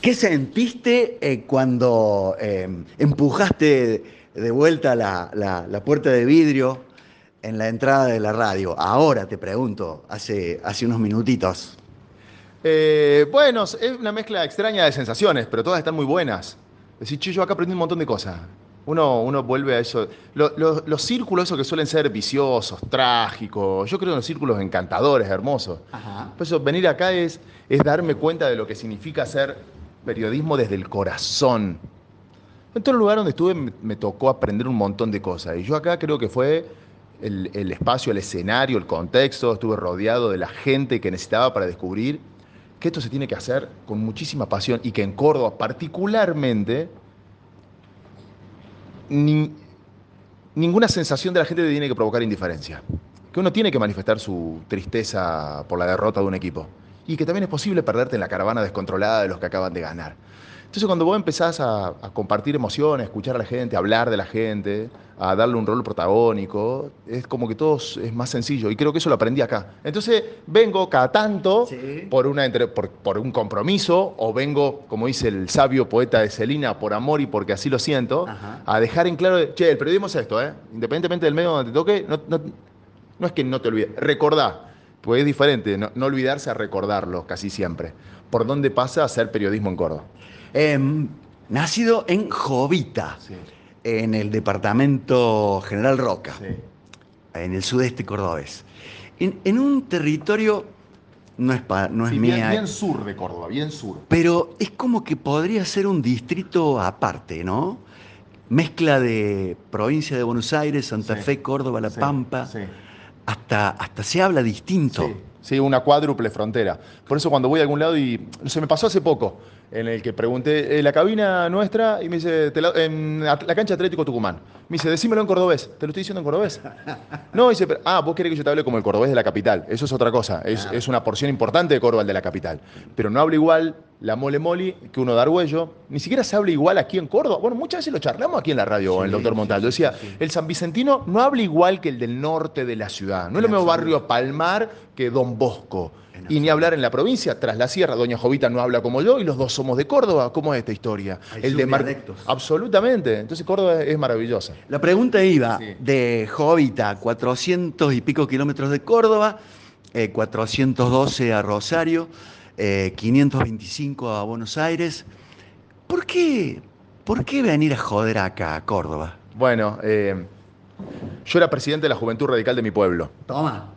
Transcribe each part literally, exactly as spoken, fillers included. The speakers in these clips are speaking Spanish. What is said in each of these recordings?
¿Qué sentiste eh, cuando eh, empujaste de vuelta la, la- la puerta de vidrio en la entrada de la radio? Ahora te pregunto, hace, hace unos minutitos. Eh, bueno, es una mezcla extraña de sensaciones, pero todas están muy buenas. Decir, che, yo acá aprendí un montón de cosas. Uno, uno vuelve a eso. Lo- lo- los círculos, esos que suelen ser viciosos, trágicos, yo creo en los círculos encantadores, hermosos. Ajá. Por eso venir acá es, es darme cuenta de lo que significa hacer periodismo desde el corazón. En todo el lugar donde estuve me, me tocó aprender un montón de cosas. Y yo acá creo que fue el, el espacio, el escenario, el contexto. Estuve rodeado de la gente que necesitaba para descubrir que esto se tiene que hacer con muchísima pasión y que en Córdoba particularmente ni- ninguna sensación de la gente te tiene que provocar indiferencia. Que uno tiene que manifestar su tristeza por la derrota de un equipo. Y que también es posible perderte en la caravana descontrolada de los que acaban de ganar. Entonces cuando vos empezás a, a compartir emociones, a escuchar a la gente, a hablar de la gente, a darle un rol protagónico, es como que todo es más sencillo. Y creo que eso lo aprendí acá. Entonces vengo cada tanto Sí. por, una, entre- por, por un compromiso, o vengo, como dice el sabio poeta de Celina, por amor y porque así lo siento, Ajá. a dejar en claro, de, che, el periodismo es esto, ¿eh? Independientemente del medio donde te toque, no, no- no es que no te olvides, recordá, pues es diferente, no, no olvidarse a recordarlo casi siempre. ¿Por dónde pasa a ser periodismo en Córdoba? Em, nacido en Jovita, Sí, en el departamento General Roca, sí. en el sudeste cordobés. En, en un territorio, no es, pa- no es Sí, bien, bien mía, sur de Córdoba, bien sur. pero es como que podría ser un distrito aparte, ¿no? Mezcla de provincia de Buenos Aires, Sí, Santa Fe, Córdoba, La sí, Pampa, sí. hasta, hasta se habla distinto. Sí, sí, una cuádruple frontera. Por eso cuando voy a algún lado y se me pasó hace poco, en el que pregunté, eh, la cabina nuestra, y me dice, te la, en la, la cancha Atlético Tucumán. Me dice, decímelo en cordobés. ¿Te lo estoy diciendo en cordobés? No, dice, pero- ah, vos querés que yo te hable como el cordobés de la capital. Eso es otra cosa. Es, Claro. es una porción importante de Córdoba el de la capital. Pero no habla igual la mole moli que uno de Argüello. Ni siquiera se habla igual aquí en Córdoba. Bueno, muchas veces lo charlamos aquí en la radio o en el Sí, doctor sí, Montaldo. sí, sí, Decía, sí. el San Vicentino no habla igual que el del norte de la ciudad. No es En lo mismo absoluto. barrio Palmar que Don Bosco. En Y ni hablar absoluto. en la provincia, tras la sierra, Doña Jovita no habla como yo y los dos somos de Córdoba. ¿Cómo es esta historia? Hay El de Mar... subdialectos. Absolutamente. Entonces Córdoba es, es maravillosa. La pregunta iba Sí. de Jovita, cuatrocientos y pico kilómetros de Córdoba, eh, cuatrocientos doce a Rosario, eh, quinientos veinticinco a Buenos Aires. ¿Por qué, por qué venir a joder acá, a Córdoba? Bueno, eh, yo era presidente de la Juventud Radical de mi pueblo. Toma.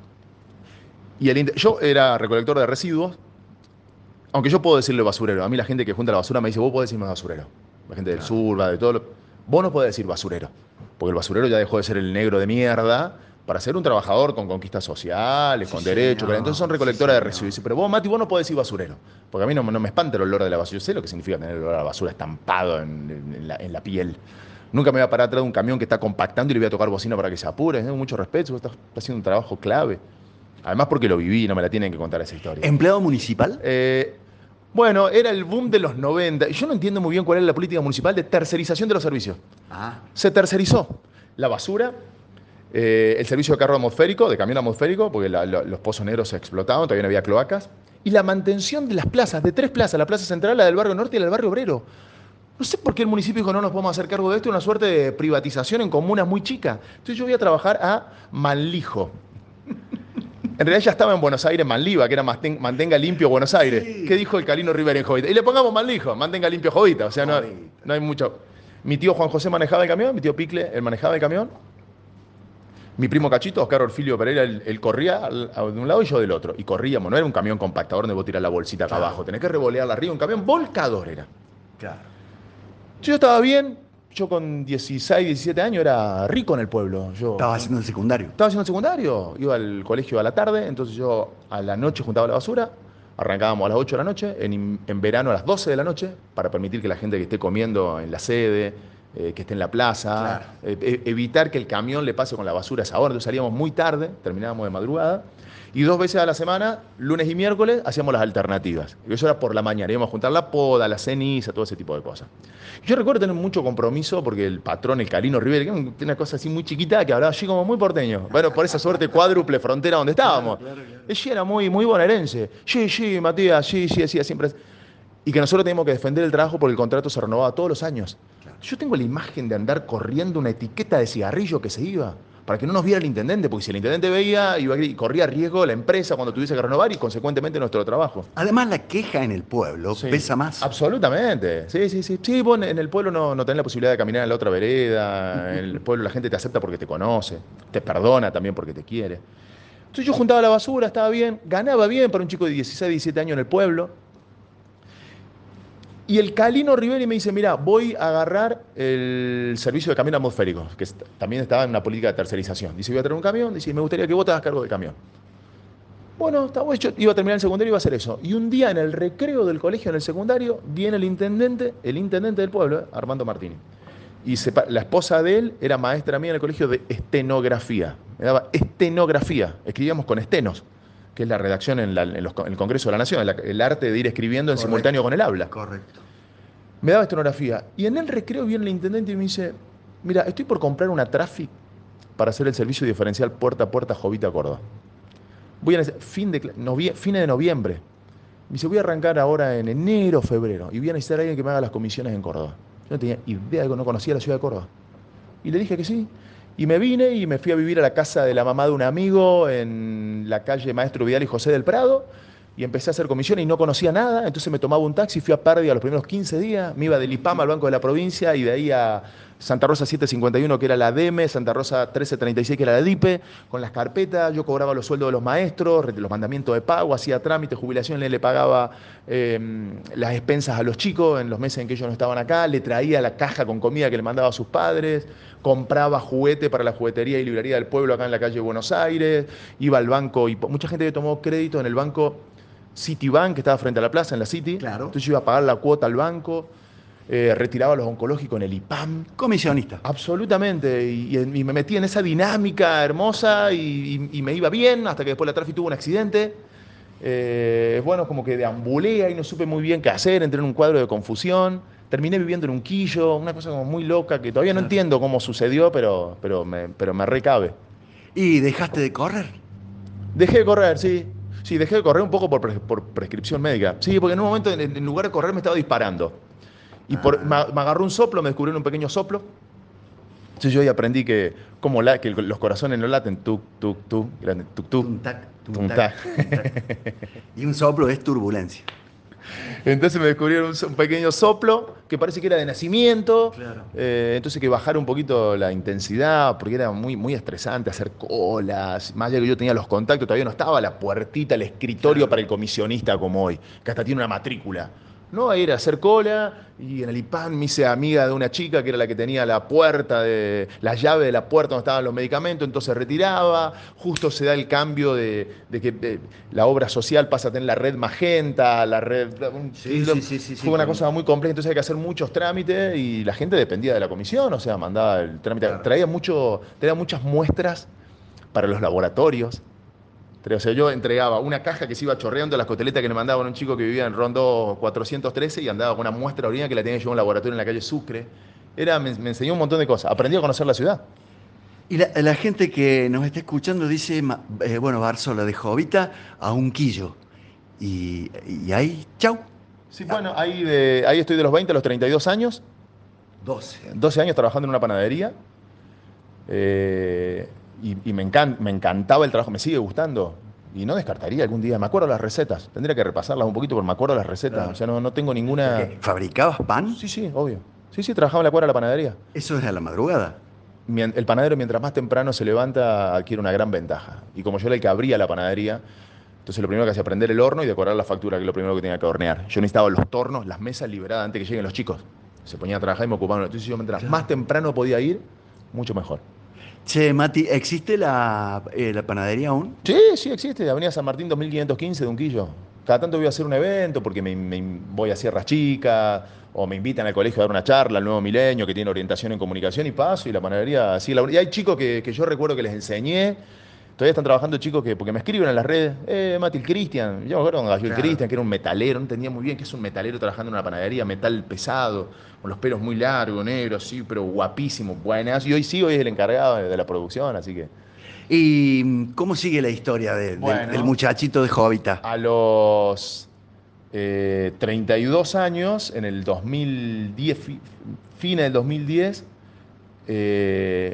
Y el inte- yo era recolector de residuos, aunque yo puedo decirle basurero. A mí la gente que junta la basura me dice, vos podés decirme basurero. La gente del Claro. sur, va de todo. Lo... Vos no podés decir basurero. Porque el basurero ya dejó de ser el negro de mierda para ser un trabajador con conquistas sociales, Sí, con derechos. señor. Entonces son Sí, recolectores de señor. residuos. Dice, pero vos, Mati, vos no podés decir basurero. Porque a mí no, no me espanta el olor de la basura. Yo sé lo que significa tener el olor a la basura estampado en, en la, en la piel. Nunca me voy a parar atrás de un camión que está compactando y le voy a tocar bocina para que se apure. Tengo mucho respeto, está, está haciendo un trabajo clave. Además porque lo viví, no me la tienen que contar esa historia. ¿Empleado municipal? Eh, bueno, era el boom de los noventa. Y yo no entiendo muy bien cuál es la política municipal de tercerización de los servicios. Ah, Se tercerizó la basura, eh, el servicio de carro atmosférico, de camión atmosférico, porque la- la- los pozos negros se explotaban, todavía no había cloacas, y la mantención de las plazas, de tres plazas, la plaza central, la del barrio norte y la del barrio obrero. No sé por qué el municipio dijo no nos podemos hacer cargo de esto, una suerte de privatización en comunas muy chicas. Entonces yo voy a trabajar a Manlijo. En realidad ya estaba en Buenos Aires Manliva, que era Manten- Mantenga Limpio Buenos Aires. Sí. ¿Qué dijo el Calino Rivera en Jovita? Y le pongamos Manlijo, Mantenga Limpio Jovita. O sea, no, Jovita. no hay mucho. Mi tío Juan José manejaba el camión, mi tío Picle, él manejaba el camión. Mi primo Cachito, Oscar Orfilio Pereira, él, él corría al- a- de un lado y yo del otro. Y corríamos, no era un camión compactador donde vos tirás la bolsita acá Claro. abajo, tenés que revolearla arriba, un camión volcador era. claro. Yo estaba bien, yo con dieciséis, diecisiete años era rico en el pueblo. Yo, Estaba haciendo el secundario. estaba haciendo el secundario, iba al colegio a la tarde, entonces yo a la noche juntaba la basura, arrancábamos a las ocho de la noche, en, in- en verano a las doce de la noche, para permitir que la gente que esté comiendo en la sede, eh, que esté en la plaza, Claro. eh, e- evitar que el camión le pase con la basura a esa hora. Entonces salíamos muy tarde, terminábamos de madrugada, y dos veces a la semana, lunes y miércoles, hacíamos las alternativas. Y eso era por la mañana, íbamos a juntar la poda, la ceniza, todo ese tipo de cosas. Yo recuerdo tener mucho compromiso porque el patrón, el Calino Rivera, que era una cosa así muy chiquita, que hablaba así como muy porteño. Bueno, por esa suerte cuádruple frontera donde estábamos. Claro, claro, claro. Ella era muy, muy bonaerense. Sí, sí, Matías, sí, sí, decía siempre. y que nosotros teníamos que defender el trabajo porque el contrato se renovaba todos los años. Claro. Yo tengo la imagen de andar corriendo una etiqueta de cigarrillo que se iba, para que no nos viera el intendente, porque si el intendente veía, iba, y corría riesgo la empresa cuando tuviese que renovar y consecuentemente nuestro trabajo. Además, la queja en el pueblo Sí, pesa más. absolutamente. Sí, sí, sí. Sí, vos en el pueblo no, no tenés la posibilidad de caminar en la otra vereda. En el pueblo la gente te acepta porque te conoce, te perdona también porque te quiere. Entonces yo juntaba la basura, estaba bien, ganaba bien para un chico de dieciséis, diecisiete años en el pueblo. Y el Calino Riveri me dice, mira, voy a agarrar el servicio de camión atmosférico, que est- también estaba en una política de tercerización. Dice, voy a traer un camión, dice, me gustaría que vos te hagas cargo del camión. Bueno, está bueno, yo iba a terminar el secundario y iba a hacer eso. Y un día en el recreo del colegio, en el secundario, viene el intendente, el intendente del pueblo, eh, Armando Martini. Y sepa- la esposa de él era maestra mía en el colegio de estenografía. Me daba estenografía. Escribíamos con estenos, que es la redacción en, la- en los co- en el Congreso de la Nación, el, el arte de ir escribiendo en Correcto. simultáneo con el habla. Correcto. Me daba estenografía. Y en el recreo viene el intendente y me dice, mira, estoy por comprar una Traffic para hacer el servicio diferencial puerta a puerta Jovita, Córdoba. Voy a nece- fin de, cla- novie- fines de noviembre. Me dice, voy a arrancar ahora en enero, febrero, y voy a necesitar a alguien que me haga las comisiones en Córdoba. Yo no tenía idea, no conocía la ciudad de Córdoba. Y le dije que sí. Y me vine y me fui a vivir a la casa de la mamá de un amigo en la calle Maestro Vidal y José del Prado. Y empecé a hacer comisiones y no conocía nada. Entonces me tomaba un taxi, fui a Pérdida los primeros quince días. Me iba del IPAM al Banco de la Provincia y de ahí a Santa Rosa setecientos cincuenta y uno, que era la D E M E, Santa Rosa trece treinta y seis, que era la D I P E, con las carpetas. Yo cobraba los sueldos de los maestros, re- los mandamientos de pago, hacía trámites, jubilación, le, le pagaba eh, las expensas a los chicos en los meses en que ellos no estaban acá, le traía la caja con comida que le mandaba a sus padres, compraba juguete para la juguetería y librería del pueblo acá en la calle Buenos Aires, iba al banco y po- mucha gente que tomó crédito en el banco Citibank, que estaba frente a la plaza, en la City. Claro. Entonces yo iba a pagar la cuota al banco, eh, retiraba los oncológicos en el IPAM. Comisionista. Absolutamente, y, y- y me metí en esa dinámica hermosa y, y- y me iba bien hasta que después la Trafi tuvo un accidente. Eh, bueno, como que deambulé ahí, no supe muy bien qué hacer, entré en un cuadro de confusión. Terminé viviendo en un quillo, una cosa como muy loca que todavía no Claro. entiendo cómo sucedió, pero, pero, me, pero me recabe. ¿Y dejaste de correr? Dejé de correr, sí. Sí, dejé de correr un poco por, pres- por prescripción médica. Sí, porque en un momento, en, en lugar de correr, me estaba disparando. Y por, Ah. me, me agarró un soplo, me descubrieron un pequeño soplo. Entonces yo ahí aprendí que, como la, que el- los corazones no laten, tuk, tuk, tuk, grande, tuk, tuk, Tuntac, tum, tuntac, tac. tuntac. Y un soplo es turbulencia. Entonces me descubrieron un, so- un pequeño soplo que parece que era de nacimiento. Claro. Eh, entonces que bajar un poquito la intensidad, porque era muy, muy estresante hacer colas. Más allá de que yo tenía los contactos, todavía no estaba la puertita, el escritorio Claro. para el comisionista como hoy, que hasta tiene una matrícula. No, era hacer cola y en el IPAM me hice amiga de una chica que era la que tenía la puerta, de, la llave de la puerta donde estaban los medicamentos, entonces retiraba. Justo se da el cambio de, de que eh, la obra social pasa a tener la red Magenta, la red... un- Sí, lo- sí, sí, sí, sí, fue una con- cosa muy compleja, entonces hay que hacer muchos trámites y la gente dependía de la comisión, o sea, mandaba el trámite, Claro. traía, mucho, traía muchas muestras para los laboratorios. O sea, yo entregaba una caja que se iba chorreando las coteletas que le mandaban a un chico que vivía en Rondó cuatrocientos trece y andaba con una muestra de orina que la tenía yo en un laboratorio en la calle Sucre. Era, me, me enseñó un montón de cosas. Aprendí a conocer la ciudad. Y la, la gente que nos está escuchando dice, ma- eh, bueno, Barzola de Jovita a un quillo. Y, y ahí, chau. Sí, bueno, ahí, de, ahí estoy de los veinte a los treinta y dos años, doce. doce años trabajando en una panadería. Eh, y y me, encan- me encantaba el trabajo, me sigue gustando. Y no descartaría algún día. Me acuerdo las recetas. Tendría que repasarlas un poquito, pero me acuerdo las recetas. Claro. O sea, no, no tengo ninguna. Porque ¿fabricabas pan? Sí, sí, obvio. Sí, sí, trabajaba en la cuadra de la panadería. Eso es a la madrugada. Mien- El panadero, mientras más temprano se levanta, adquiere una gran ventaja. Y como yo era el que abría la panadería, entonces lo primero que hacía prender el horno y decorar la factura, que es lo primero que tenía que hornear. Yo necesitaba los tornos, las mesas liberadas antes que lleguen los chicos. Se ponían a trabajar y me ocupaban. Entonces yo mientras Claro. más temprano podía ir, mucho mejor. Che, Mati, ¿existe la, eh, la panadería aún? Sí, sí existe. Avenida San Martín dos mil quinientos quince de Unquillo. Cada tanto voy a hacer un evento porque me, me- voy a Sierras Chicas o me invitan al colegio a dar una charla al nuevo milenio que tiene orientación en comunicación y paso y la panadería así. Y hay chicos que, que yo recuerdo que les enseñé. Todavía están trabajando chicos que, porque me escriben en las redes, eh, Mati, el Cristian. Yo me acuerdo cuando cayó el Claro. Cristian, que era un metalero, no entendía muy bien qué es un metalero trabajando en una panadería, metal pesado, con los pelos muy largos, negros, sí, pero guapísimo, buenas. Y hoy sí, hoy es el encargado de, de la producción, así que. ¿Y mm, cómo sigue la historia de- del- Bueno. del muchachito de Jovita? A los eh, treinta y dos años, en el dos mil diez, fi- fines del dos mil diez, eh,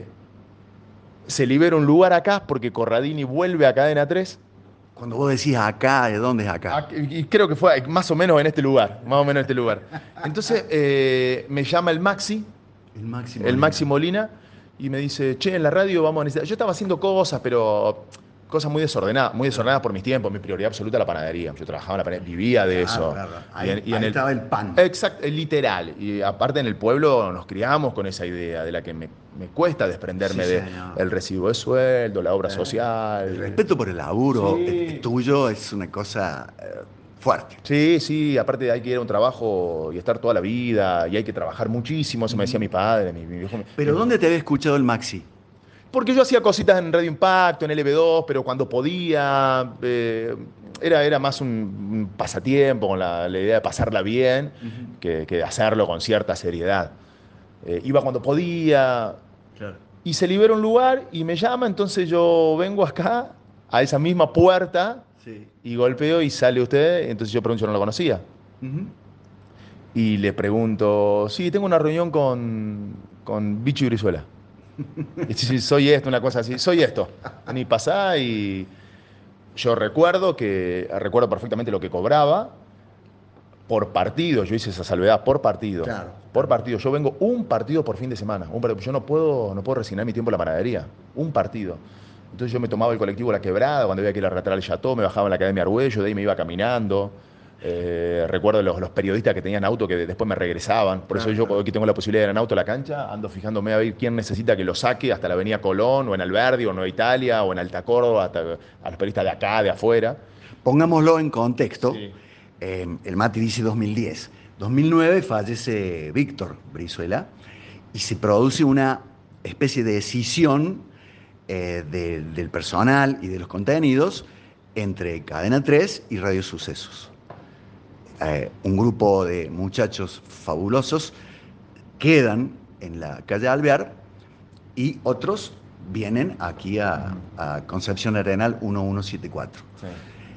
se libera un lugar acá porque Corradini vuelve a Cadena tres. Cuando vos decís acá, ¿de dónde es acá? Ah, y creo que fue más o menos en este lugar, más o menos en este lugar. Entonces eh, me llama el Maxi, El máximo. el Maxi Lina. Molina, y me dice, che, en la radio vamos a necesitar... Yo estaba haciendo cosas, pero cosas muy desordenadas, muy desordenadas por mis tiempos, mi prioridad absoluta la panadería. Yo trabajaba en la panadería, vivía de Claro, eso. claro. Y Ahí, en, y en ahí el, estaba el pan. exacto, literal. Y aparte en el pueblo nos criamos con esa idea de la que me, me cuesta desprenderme Sí, de señor. el recibo de sueldo, la obra Eh, social. El respeto por el laburo Sí. eh, tuyo es una cosa eh, fuerte. Sí, sí, aparte hay que ir a un trabajo y estar toda la vida, y hay que trabajar muchísimo, eso me decía mi padre, mi, mi viejo. Pero mi- ¿dónde te había escuchado el Maxi? Porque yo hacía cositas en Radio Impacto, en L B dos, pero cuando podía, eh, era, era más un, un pasatiempo, con la, la idea de pasarla bien, que, que de hacerlo con cierta seriedad. Eh, iba cuando podía, Claro. y se libera un lugar y me llama, entonces yo vengo acá, a esa misma puerta, Sí. y golpeo y sale usted, entonces yo pregunto, yo no lo conocía. Ujú. Y le pregunto, sí, tengo una reunión con, con Bicho y Brizuela. Y sí, sí, soy esto, una cosa así, soy esto. Ni pasá y yo recuerdo que, recuerdo perfectamente lo que cobraba por partido, yo hice esa salvedad, por partido. Claro. Por partido, yo vengo un partido por fin de semana. Un partido. Yo no puedo, no puedo resignar mi tiempo en la panadería, un partido. Entonces yo me tomaba el colectivo La Quebrada, cuando había que ir a relatar al Chateau, me bajaba en la Academia Argüello, de ahí me iba caminando. Eh, recuerdo los, los periodistas que tenían auto que después me regresaban. Por eso Claro, yo, claro. que tengo la posibilidad de ir en auto a la cancha, ando fijándome a ver quién necesita que lo saque hasta la Avenida Colón, o en Alberdi, o en Nueva Italia, o en Alta Córdoba, hasta a los periodistas de acá, de afuera. Pongámoslo en contexto. Sí. Eh, el Mati dice dos mil diez. dos mil nueve fallece Víctor Brizuela y se produce una especie de escisión eh, de- del personal y de los contenidos entre Cadena tres y Radio Sucesos. Eh, un grupo de muchachos fabulosos quedan en la calle Alvear y otros vienen aquí a, a Concepción Arenal mil ciento setenta y cuatro. Sí,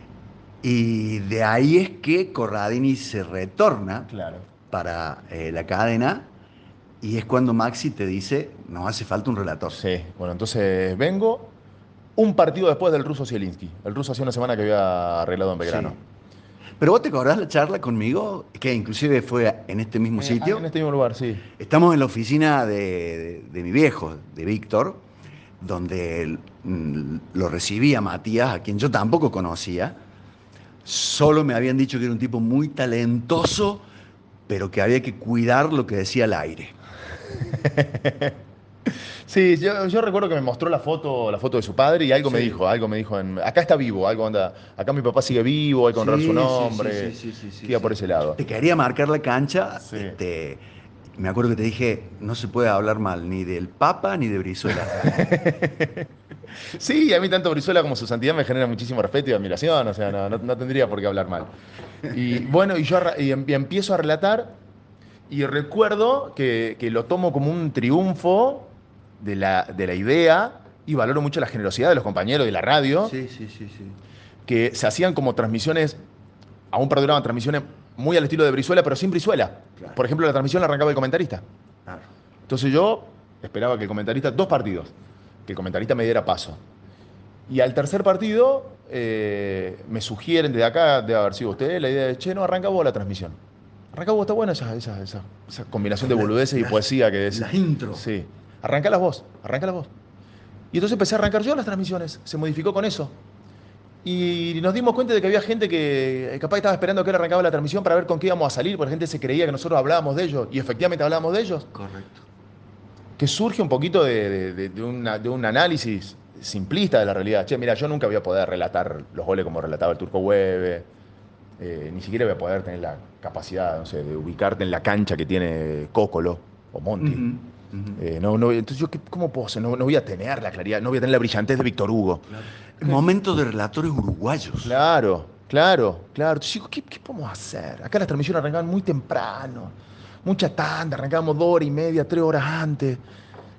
Y de ahí es que Corradini se retorna claro. para eh, la cadena y es cuando Maxi te dice, nos hace falta un relator. Sí, bueno, entonces vengo un partido después del ruso Zielinski. El ruso hacía una semana que había arreglado en Belgrano. Sí. Pero vos te acordás la charla conmigo, que inclusive fue en este mismo Eh, sitio. ah, en este mismo lugar, sí. Estamos en la oficina de, de- de mi viejo, de Víctor, donde mm, lo recibía Matías, a quien yo tampoco conocía. Solo me habían dicho que era un tipo muy talentoso, pero que había que cuidar lo que decía al aire. Sí, yo, yo recuerdo que me mostró la foto, la foto de su padre y algo me Sí. dijo, algo me dijo, en, acá está vivo, algo anda, acá mi papá sigue vivo, hay que honrar Sí, su sí, nombre, sí, sí, sí, sí, que iba sí. por ese lado. Te quería marcar la cancha. Sí. Este, me acuerdo que te dije, no se puede hablar mal ni del Papa ni de Brizuela. Sí, a mí tanto Brizuela como su santidad me genera muchísimo respeto y admiración, o sea, no, no- no tendría por qué hablar mal. Y bueno, y yo arra- y em- y empiezo a relatar y recuerdo que, que lo tomo como un triunfo de la, de la idea y valoro mucho la generosidad de los compañeros de la radio, Sí, sí, sí, sí. que se hacían como transmisiones, aún perduraban transmisiones muy al estilo de Brizuela, pero sin Brizuela. Claro. Por ejemplo, la transmisión la arrancaba el comentarista. Claro. Entonces yo esperaba que el comentarista, dos partidos, que el comentarista me diera paso. Y al tercer partido eh, me sugieren desde acá, debe haber sido usted, la idea de, che, no, arranca vos la transmisión. Arranca vos, está buena esa, esa, esa, esa combinación de La- boludeces y las- poesía que es. las intro. Sí. Arranca las vos, arranca las vos. Y entonces empecé a arrancar yo las transmisiones, se modificó con eso. Y nos dimos cuenta de que había gente que capaz estaba esperando que él arrancaba la transmisión para ver con qué íbamos a salir, porque la gente se creía que nosotros hablábamos de ellos, y efectivamente hablábamos de ellos, Correcto. que surge un poquito de, de- de- de una- de un análisis simplista de la realidad. Che, mira, yo nunca voy a poder relatar los goles como relataba el Turco Hueve, eh, ni siquiera voy a poder tener la capacidad, no sé, de ubicarte en la cancha que tiene Cócolo o Monti. Ujú, ujú. Eh, no, no, entonces yo, ¿qué- ¿cómo puedo hacer? No, no voy a tener la claridad, no voy a tener la brillantez de Víctor Hugo. Momento de relatores uruguayos. Claro, claro, claro. Entonces digo, ¿qué, qué podemos hacer? Acá las transmisiones arrancaban muy temprano, mucha tanda, arrancábamos dos horas y media, tres horas antes.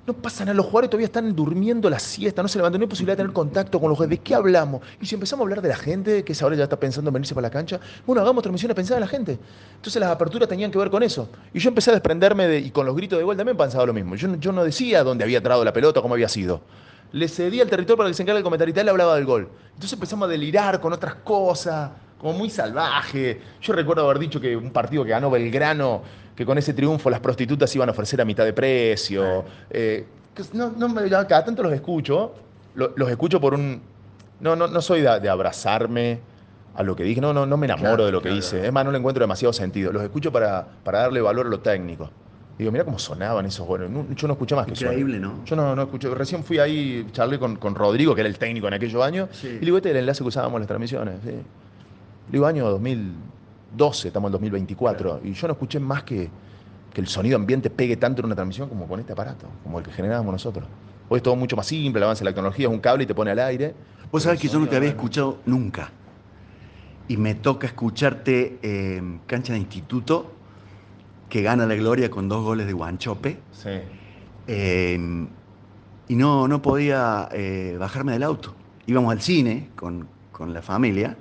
No pasa nada, los jugadores todavía están durmiendo la siesta, no se levantan, no hay posibilidad de tener contacto con los jugadores. ¿De qué hablamos? Y si empezamos a hablar de la gente, que ahora ya está pensando en venirse para la cancha, bueno, hagamos transmisiones pensadas en la gente. Entonces las aperturas tenían que ver con eso. Y yo empecé a desprenderme, de, y con los gritos de gol también pensaba lo mismo. Yo, yo no decía dónde había entrado la pelota, cómo había sido. Le cedía el territorio para que se encargue el comentarista, él hablaba del gol. Entonces empezamos a delirar con otras cosas, como muy salvaje. Yo recuerdo haber dicho que un partido que ganó Belgrano, que con ese triunfo las prostitutas iban a ofrecer a mitad de precio. Eh, no, no, me- cada tanto los escucho, lo- los escucho por un... No, no, no soy de, de abrazarme a lo que dije, no, no, no me enamoro Claro, de lo que claro, hice. claro. Es más, no le encuentro demasiado sentido. Los escucho para, para darle valor a lo técnico. Digo, mira cómo sonaban esos goles. No- yo no escuché más que suenan. Increíble, ¿no? Yo no, no escuché. Recién fui ahí, charlé con, con Rodrigo, que era el técnico en aquellos años, Sí. y le digo, este es el enlace que usábamos en las transmisiones. Sí. Le digo, año dos mil doce, estamos en dos mil veinticuatro, y yo no escuché más que, que el sonido ambiente pegue tanto en una transmisión como con este aparato, como el que generábamos nosotros. Hoy es todo mucho más simple, el avance de la tecnología es un cable y te pone al aire. Vos pero sabés el que yo no te sonido había es- escuchado nunca. Y me toca escucharte en cancha de instituto, que gana la gloria con dos goles de Guanchope. Sí. eh, y no, no podía eh, bajarme del auto. Íbamos al cine con, con la familia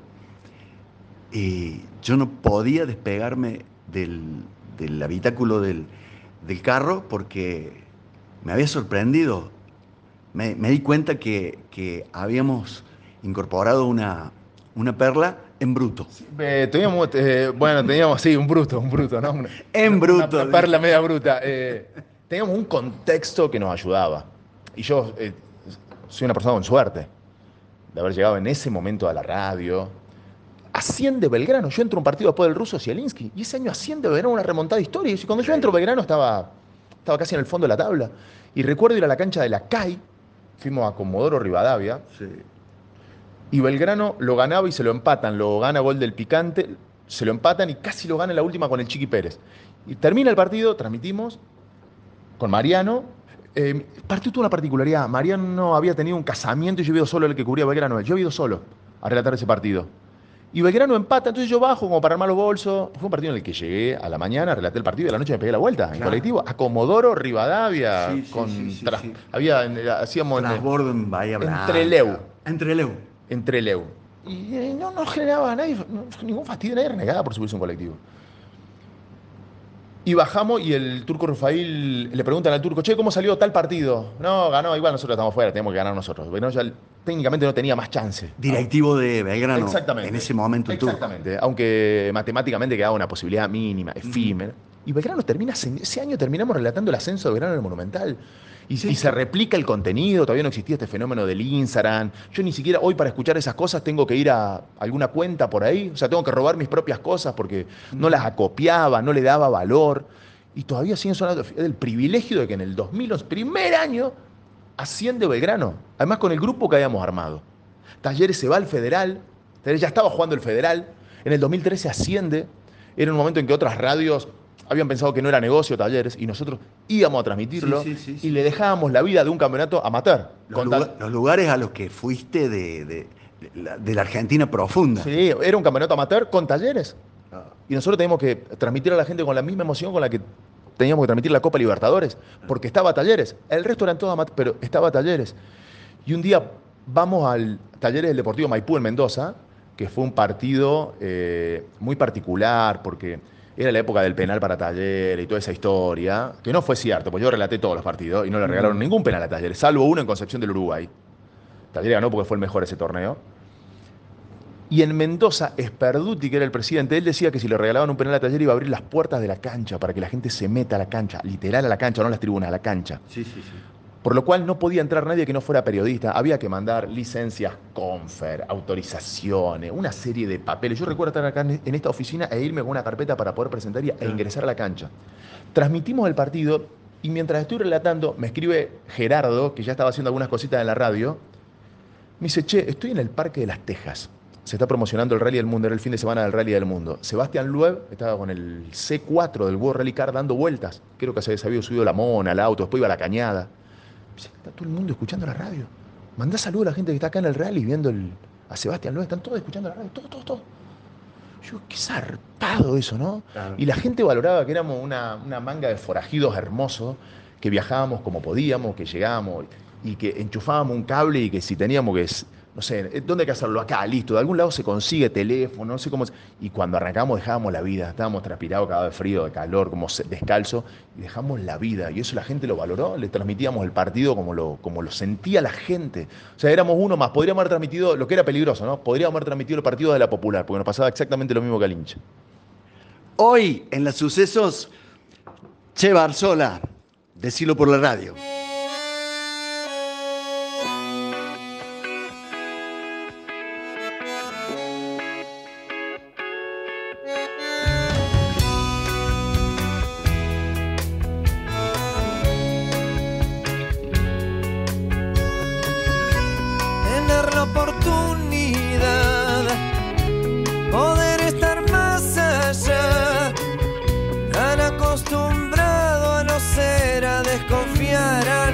y yo no podía despegarme del, del habitáculo del, del carro porque me había sorprendido. Me, me di cuenta que, que habíamos incorporado una, una perla en bruto. Eh, teníamos, eh, bueno, teníamos, sí, un bruto, un bruto, ¿no? Una, En una- bruto, una perla dije. media bruta. Eh, teníamos un contexto que nos ayudaba. Y yo eh, soy una persona con suerte de haber llegado en ese momento a la radio. Asciende Belgrano. Yo entro a un partido después del ruso Zielinski. Y ese año asciende Belgrano una remontada histórica. Y cuando yo entro, Belgrano estaba, estaba casi en el fondo de la tabla. Y recuerdo ir a la cancha de la C A I. Fuimos a Comodoro Rivadavia. Sí. Y Belgrano lo ganaba y se lo empatan. Lo gana gol del Picante, se lo empatan y casi lo gana en la última con el Chiqui Pérez. Y termina el partido, transmitimos con Mariano. Eh, el partido tuvo una particularidad. Mariano había tenido un casamiento y yo he ido solo el que cubría Belgrano. Yo he ido solo a relatar ese partido. Y Belgrano empata, entonces yo bajo como para armar los bolsos. Fue un partido en el que llegué a la mañana, relaté el partido y a la noche me pegué la vuelta en Claro. colectivo a Comodoro Rivadavia. Sí, sí, con sí, sí, tras- sí. Había, en- hacíamos en- Transbordo en Bahía Blanca. Entreleu. Entreleu. entre Leu. Y eh, no, no generaba a nadie, no, ningún fastidio, nadie renegaba por subirse a un colectivo. Y bajamos y el turco Rafael le preguntan al turco, che, ¿cómo salió tal partido? No, ganó, igual nosotros estamos fuera, tenemos que ganar nosotros. Porque no, ya técnicamente no tenía más chance. Directivo de Belgrano. Exactamente. En ese momento el turco. Exactamente. Aunque matemáticamente quedaba una posibilidad mínima, efímera. Y Belgrano termina, ese año terminamos relatando el ascenso de Belgrano en el Monumental. Y, Sí. y se replica el contenido, todavía no existía este fenómeno del Instagram. Yo ni siquiera hoy para escuchar esas cosas tengo que ir a alguna cuenta por ahí. O sea, tengo que robar mis propias cosas porque no las acopiaba, no le daba valor. Y todavía siguen sonando el privilegio de que en el dos mil once, primer año, asciende Belgrano. Además con el grupo que habíamos armado. Talleres se va al Federal, Talleres ya estaba jugando el Federal, en el dos mil trece asciende, era un momento en que otras radios habían pensado que no era negocio Talleres y nosotros íbamos a transmitirlo Sí, sí, sí, sí. y le dejábamos la vida de un campeonato amateur. Los, Con lugar- tal- los lugares a los que fuiste de, de- de la, de la Argentina profunda. Sí, era un campeonato amateur con Talleres. Ah, Y nosotros teníamos que transmitir a la gente con la misma emoción con la que teníamos que transmitir la Copa Libertadores, porque estaba Talleres. El resto eran todos amateurs, pero estaba Talleres. Y un día vamos al Talleres del Deportivo Maipú en Mendoza, que fue un partido eh, muy particular, porque era la época del penal para Talleres y toda esa historia, que no fue cierto, pues yo relaté todos los partidos y no le regalaron ningún penal a Talleres, salvo uno en Concepción del Uruguay. Talleres ganó porque fue el mejor ese torneo. Y en Mendoza, Sperduti, que era el presidente, él decía que si le regalaban un penal a Talleres iba a abrir las puertas de la cancha para que la gente se meta a la cancha, literal a la cancha, no a las tribunas, a la cancha. sí, sí, sí. Por lo cual no podía entrar nadie que no fuera periodista. Había que mandar licencias Confer, autorizaciones, una serie de papeles. Yo recuerdo estar acá en esta oficina e irme con una carpeta para poder presentar y- e ingresar a la cancha. Transmitimos el partido y mientras estoy relatando me escribe Gerardo, que ya estaba haciendo algunas cositas en la radio. Me dice, che, estoy en el Parque de las Tejas. Se está promocionando el Rally del Mundo, era el fin de semana del Rally del Mundo. Sebastián Loeb estaba con el C cuatro del World Rally Car dando vueltas. Creo que se había subido la Mona, al auto, después iba a la Cañada. Me dice, está todo el mundo escuchando la radio. Mandá saludos a la gente que está acá en el rally viendo el, a Sebastián Loeb. Están todos escuchando la radio, todos, todos, todos. Yo, qué zarpado eso, ¿no? Claro. Y la gente valoraba que éramos una, una manga de forajidos hermosos que viajábamos como podíamos, que llegábamos y que enchufábamos un cable y que si teníamos que, no sé, ¿dónde hay que hacerlo? Acá, listo, de algún lado se consigue teléfono, no sé cómo. Y cuando arrancamos dejábamos la vida, estábamos transpirados, cagados de frío, de calor, como descalzo, y dejamos la vida. Y eso la gente lo valoró, le transmitíamos el partido como lo, como lo sentía la gente. O sea, éramos uno más, podríamos haber transmitido, lo que era peligroso, ¿no? Podríamos haber transmitido el partido de la Popular, porque nos pasaba exactamente lo mismo que al hincha. Hoy, en los sucesos, Che Barzola, decilo por la radio. Tener la oportunidad, poder estar más allá, tan acostumbrado a no ser, a desconfiar, a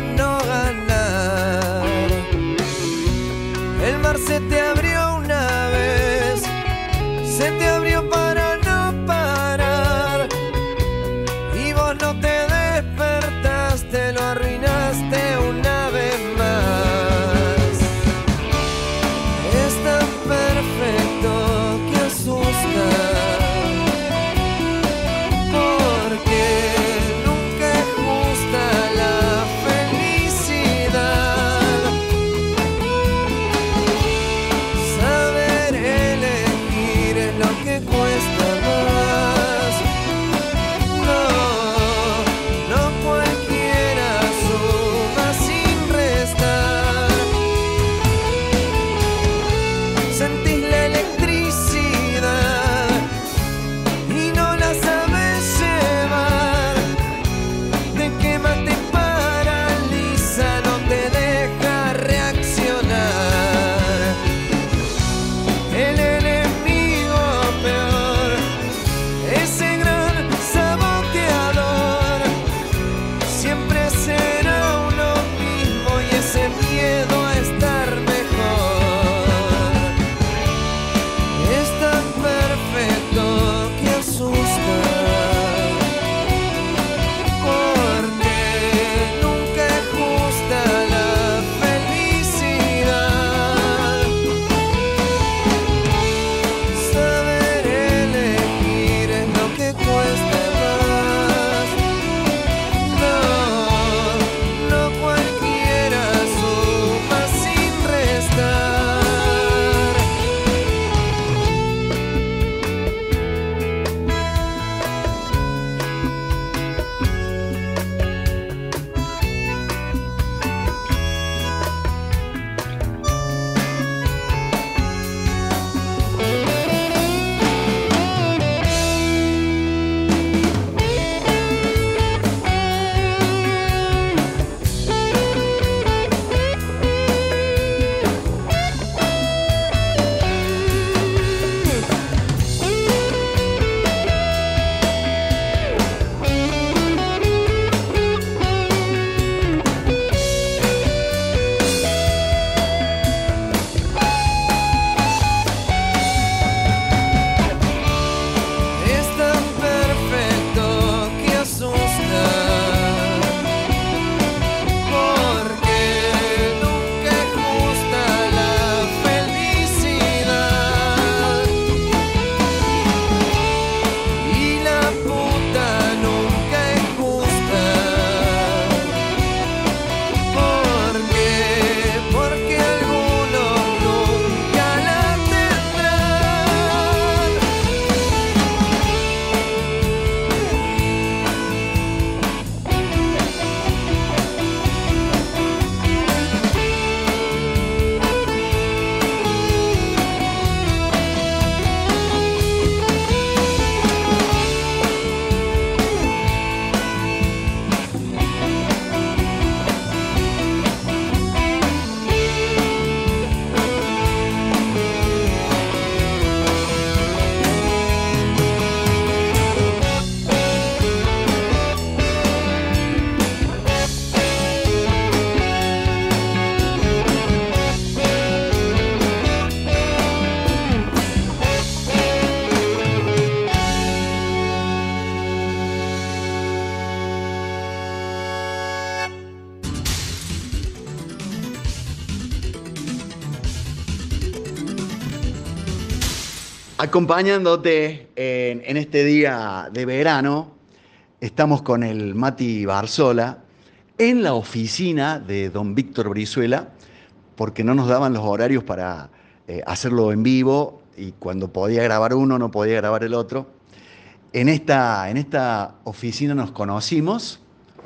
Acompañándote en, en este día de verano, estamos con el Mati Barzola en la oficina de don Víctor Brizuela, porque no nos daban los horarios para eh, hacerlo en vivo y cuando podía grabar uno no podía grabar el otro. En esta, en esta oficina nos conocimos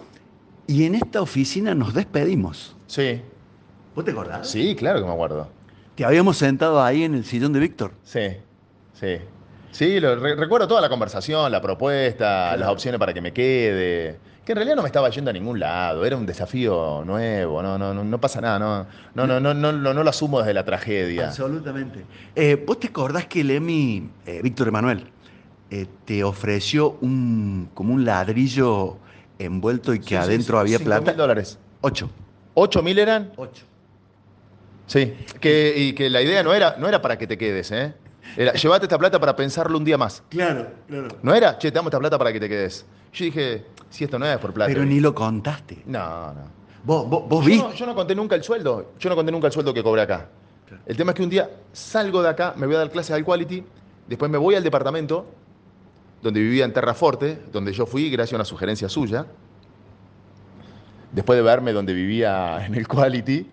y en esta oficina nos despedimos. Sí. ¿Vos te acordás? Sí, claro que me acuerdo. Te habíamos sentado ahí en el sillón de Víctor. Sí, sí. Sí, lo, re- recuerdo toda la conversación, la propuesta, Claro. las opciones para que me quede. Que en realidad no me estaba yendo a ningún lado, era un desafío nuevo, no, no, no, no pasa nada, no, no, no, no, no, no, no lo asumo desde la tragedia. Absolutamente. Eh, ¿Vos te acordás que el Emi, eh, Víctor Emanuel, eh, te ofreció un, como un ladrillo envuelto y que Sí, sí, adentro sí, había cinco plata? mil dólares. Ocho. ¿Ocho mil eran? Ocho. Sí. Que, y que la idea no era, no era para que te quedes, ¿eh? Era, llévate esta plata para pensarlo un día más. Claro, claro. ¿No era? Che, te damos esta plata para que te quedes. Yo dije, si esto no es por plata. Pero ni lo contaste. No, no. Vos, vos, vos Yo viste. no, yo no conté nunca el sueldo. Yo no conté nunca el sueldo que cobré acá. Claro. El tema es que un día salgo de acá, me voy a dar clases al Quality, después me voy al departamento donde vivía en Terraforte, donde yo fui gracias a una sugerencia suya. Después de verme donde vivía en el Quality.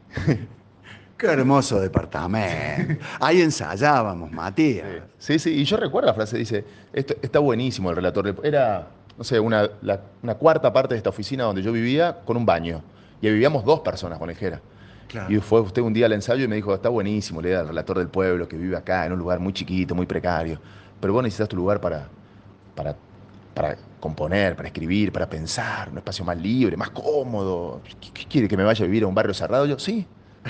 Qué hermoso departamento. Ahí ensayábamos, Matías. Sí, sí, y yo recuerdo la frase, dice, esto, está buenísimo el relator. Era, no sé, una, la- una cuarta parte de esta oficina donde yo vivía con un baño. Y ahí vivíamos dos personas con el Jera. Claro. Y fue usted un día al ensayo y me dijo, está buenísimo la idea del relator del pueblo que vive acá en un lugar muy chiquito, muy precario. Pero vos necesitas tu lugar para, para, para componer, para escribir, para pensar, un espacio más libre, más cómodo. ¿Qué, qué quiere, que me vaya a vivir a un barrio cerrado? Yo, sí.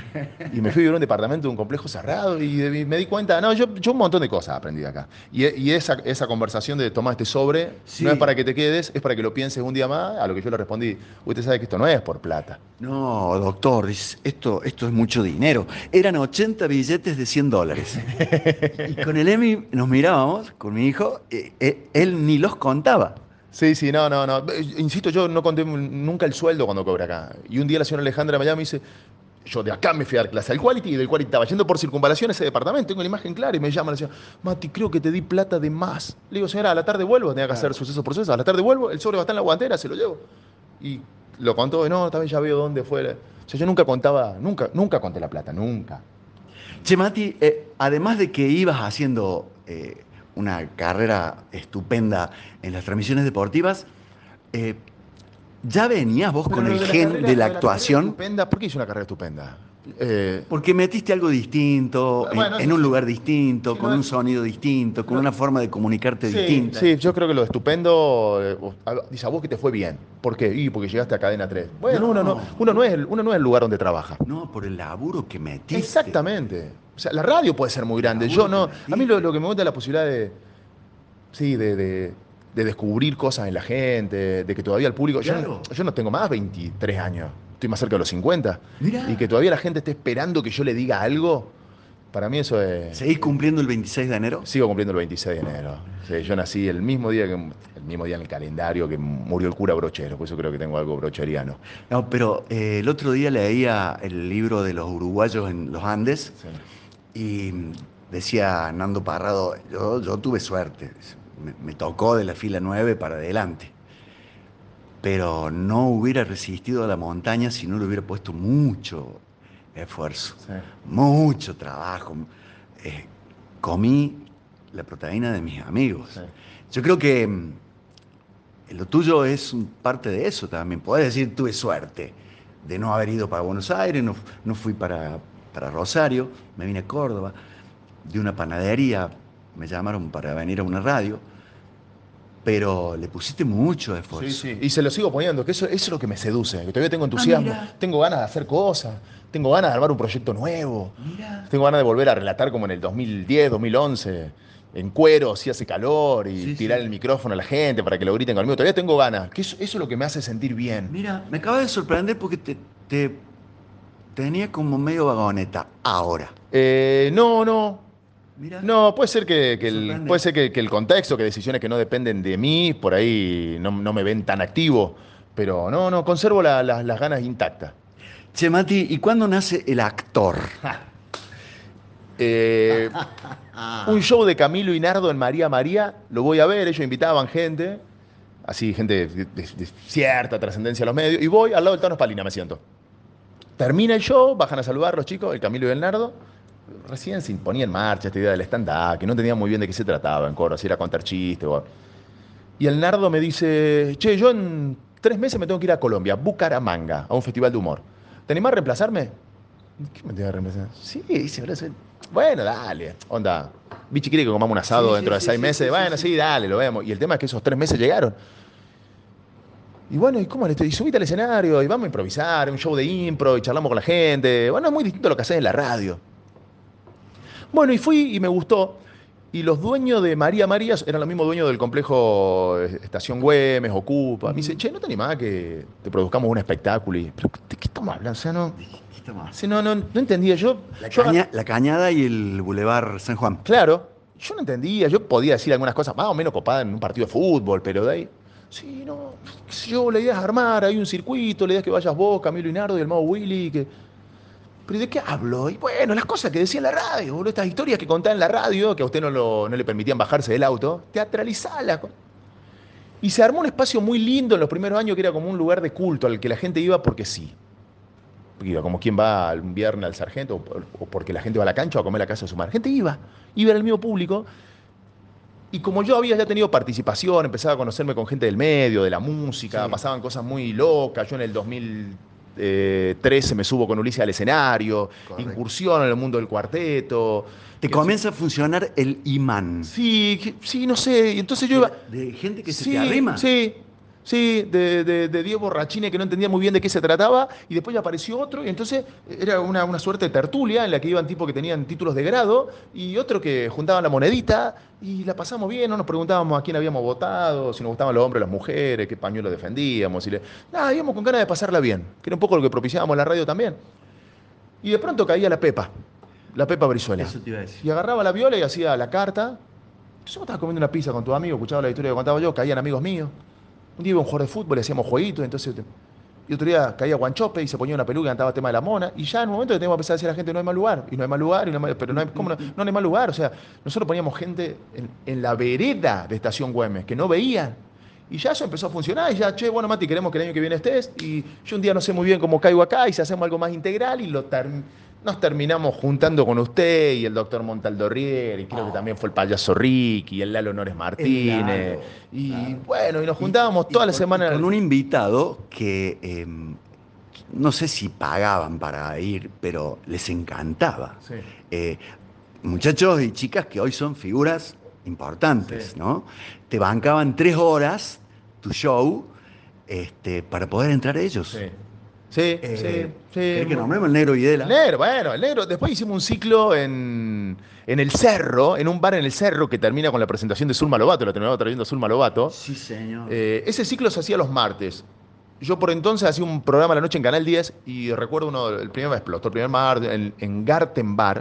Y me fui a vivir a un departamento de un complejo cerrado y, de- y me di cuenta, no, yo, yo un montón de cosas aprendí de acá. Y, e- y esa, esa conversación de tomar este sobre, Sí. no es para que te quedes, es para que lo pienses un día más, a lo que yo le respondí, usted sabe que esto no es por plata. No, doctor, es- esto, esto es mucho dinero. Eran ochenta billetes de cien dólares. Y con el Emi nos mirábamos, con mi hijo, eh, eh, él ni los contaba. Sí, sí, no, no, no. Eh, Insisto, yo no conté nunca el sueldo cuando cobré acá. Y un día la señora Alejandra me llama y me dice, yo de acá me fui a dar clase al Quality y del Quality estaba yendo por circunvalación a ese departamento, tengo la imagen clara y me llama y me decía, Mati, creo que te di plata de más. Le digo, señora, a la tarde vuelvo, tenía que hacer sucesos por sucesos, a la tarde vuelvo, el sobre va a estar en la guantera, se lo llevo. Y lo contó, y no, también ya veo dónde fue. O sea, yo nunca contaba, nunca, nunca conté la plata, nunca. Che, Mati, eh, además de que ibas haciendo eh, una carrera estupenda en las transmisiones deportivas, eh, ¿ya venías vos con Pero el lo de gen carrera- de la lo carrera actuación? estupenda, ¿por qué hice una carrera estupenda? Eh, Porque metiste algo distinto, en- Bueno, en, eso un sí. lugar distinto, Sí, con no, un sonido distinto, con no. una forma de comunicarte Sí, distinta. sí, yo creo que lo de estupendo, eh, vos- a- dice a vos que te fue bien. ¿Por qué? Y porque llegaste a Cadena tres. Bueno, No. uno, no, uno, no es el, uno no es el lugar donde trabaja. No, por el laburo que metiste. Exactamente. O sea, la radio puede ser muy grande. Laburo Yo no. que A mí lo, metiste. lo que me gusta es la posibilidad de. Sí, de, de- de descubrir cosas en la gente, de que todavía el público. Yo, Claro. no, yo no tengo más veintitrés años. Estoy más cerca de los cincuenta. Mirá. Y que todavía la gente esté esperando que yo le diga algo. Para mí eso es. ¿Seguís cumpliendo el veintiséis de enero? Sigo cumpliendo el veintiséis de enero. Sí, yo nací el mismo día que el mismo día en el calendario que murió el cura Brochero, por eso creo que tengo algo brocheriano. No, pero eh, el otro día leía el libro de los uruguayos en los Andes Sí. y decía Nando Parrado, yo, yo tuve suerte, me, me tocó de la fila nueve para adelante, pero no hubiera resistido a la montaña si no le hubiera puesto mucho esfuerzo, Sí. mucho trabajo. Eh, comí la proteína de mis amigos. Sí. Yo creo que mm, lo tuyo es un parte de eso también. Podés decir, tuve suerte de no haber ido para Buenos Aires, no, no fui para, para Rosario, me vine a Córdoba, de una panadería me llamaron para venir a una radio, pero le pusiste mucho esfuerzo. Sí, sí. Y se lo sigo poniendo, que eso, eso es lo que me seduce, que todavía tengo entusiasmo, mira. tengo ganas de hacer cosas, tengo ganas de armar un proyecto nuevo, Mirá. tengo ganas de volver a relatar como en el dos mil diez, dos mil once, en cuero, si hace calor, y Sí, tirar sí. el micrófono a la gente para que lo griten conmigo. Todavía tengo ganas, que eso, eso es lo que me hace sentir bien. Mira, me acabas de sorprender porque te, te tenía como medio vagoneta ahora. Eh, no, no, Mira. No, puede ser que, que el, Sorprende. puede ser que, que el contexto, que decisiones que no dependen de mí, por ahí no, no me ven tan activo. Pero no, no, conservo la- la- las ganas intactas. Che, Mati, ¿y cuándo nace el actor? Eh, un show de Camilo y Nardo en María María, lo voy a ver, ellos invitaban gente, así, gente de, de- de cierta trascendencia a los medios, y voy al lado del Tano Spalina, me siento. Termina el show, bajan a saludar los chicos, el Camilo y el Nardo. Recién se imponía en marcha esta idea del stand-up, que no entendía muy bien de qué se trataba en Córdoba, si era contar chistes o... Y el Nardo me dice, che, yo en tres meses me tengo que ir a Colombia, Bucaramanga, a un festival de humor. ¿Te animás a reemplazarme? ¿Qué me tengo que reemplazar? Sí, dice, "Pero eso- bueno, dale, onda. Bichi quiere que comamos un asado Sí, dentro sí, de sí, seis sí, meses. sí, bueno, sí, sí, sí. dale, lo vemos. Y el tema es que esos tres meses llegaron. Y bueno, ¿y cómo? le estoy- Y subite al escenario y vamos a improvisar, un show de impro y charlamos con la gente. Bueno, es muy distinto a lo que haces en la radio. Bueno, y fui y me gustó. Y los dueños de María María eran los mismos dueños del complejo eh, Estación Güemes, Ocupa. Me dice, che, ¿no te animás a que te produzcamos un espectáculo? Y, ¿pero de qué estamos hablando? O sea, no, Dijiste más. sí, no, no, no entendía. Yo, La, yo- caña- la Cañada y el Boulevard San Juan. Claro, yo no entendía. Yo podía decir algunas cosas más o menos copadas en un partido de fútbol, pero de ahí... Sí, no, qué sé yo, la idea es armar, hay un circuito, la idea es que vayas vos, Camilo Inardo y el Mago Willy, que... ¿Pero de qué hablo? Y bueno, las cosas que decía en la radio, boludo, estas historias que contaba en la radio, que a usted no, lo- no le permitían bajarse del auto, teatralizarlas. Y se armó un espacio muy lindo en los primeros años que era como un lugar de culto al que la gente iba porque sí. Iba como quien va un viernes al Sargento o, por- o porque la gente va a la cancha o a comer a la casa de su madre. La gente iba, iba, era el mismo público. Y como yo había ya tenido participación, empezaba a conocerme con gente del medio, de la música, Sí. pasaban cosas muy locas. Yo en el dos mil trece me subo con Ulises al escenario, Correcto. incursiono en el mundo del cuarteto. Te Y comienza a funcionar el imán. Sí, que- sí, no sé. Y entonces yo iba... De gente que se Sí, te arrima. sí, sí, de, de, de diez borrachines que no entendía muy bien de qué se trataba, y después ya apareció otro, y entonces era una, una suerte de tertulia en la que iban tipos que tenían títulos de grado, y otro que juntaban la monedita, y la pasamos bien, no nos preguntábamos a quién habíamos votado, si nos gustaban los hombres o las mujeres, qué pañuelo defendíamos, y le... nada, íbamos con ganas de pasarla bien, que era un poco lo que propiciábamos en la radio también. Y de pronto caía la Pepa, la Pepa Brizuela. Eso te iba a decir. Y agarraba la viola y hacía la carta. Entonces vos estabas comiendo una pizza con tu amigo, escuchaba la historia que contaba yo, caían amigos míos. Un día iba a un juego de fútbol y hacíamos jueguitos, entonces... Y otro día caía Guanchope y se ponía una peluca y cantaba tema de la mona. Y ya en un momento que teníamos que empezar a decir a la gente, no hay mal lugar, y no hay mal lugar, y no hay mal- pero no hay, ¿cómo no? No hay mal lugar. O sea, nosotros poníamos gente en, en la vereda de Estación Güemes, que no veían. Y ya eso empezó a funcionar, y ya, che, bueno, Mati, queremos que el año que viene estés. Y yo un día no sé muy bien cómo caigo acá, y si hacemos algo más integral, y lo term- nos terminamos juntando con usted y el doctor Montaldorrier, y creo que también fue el payaso Ricky, y el Lalo Nores Martínez. Lalo, y claro. bueno, y nos juntábamos Y- y toda la con- semana. y Con un invitado que eh, no sé si pagaban para ir, pero les encantaba. Sí. Eh, muchachos y chicas que hoy son figuras importantes, Sí. ¿no? Te bancaban tres horas tu show este, para poder entrar ellos. Sí, sí, Eh, sí. sí. ¿querés que nombremos el Negro Videla? El negro, bueno, el negro. Después hicimos un ciclo en, en el Cerro, en un bar en el Cerro que termina con la presentación de Zulma Lobato, la terminaba trayendo Zulma Lobato. Sí, señor. Eh, ese ciclo se hacía los martes. Yo por entonces hacía un programa a la noche en Canal diez y recuerdo uno, el primer me explotó, el primer martes en, en Garten Bar.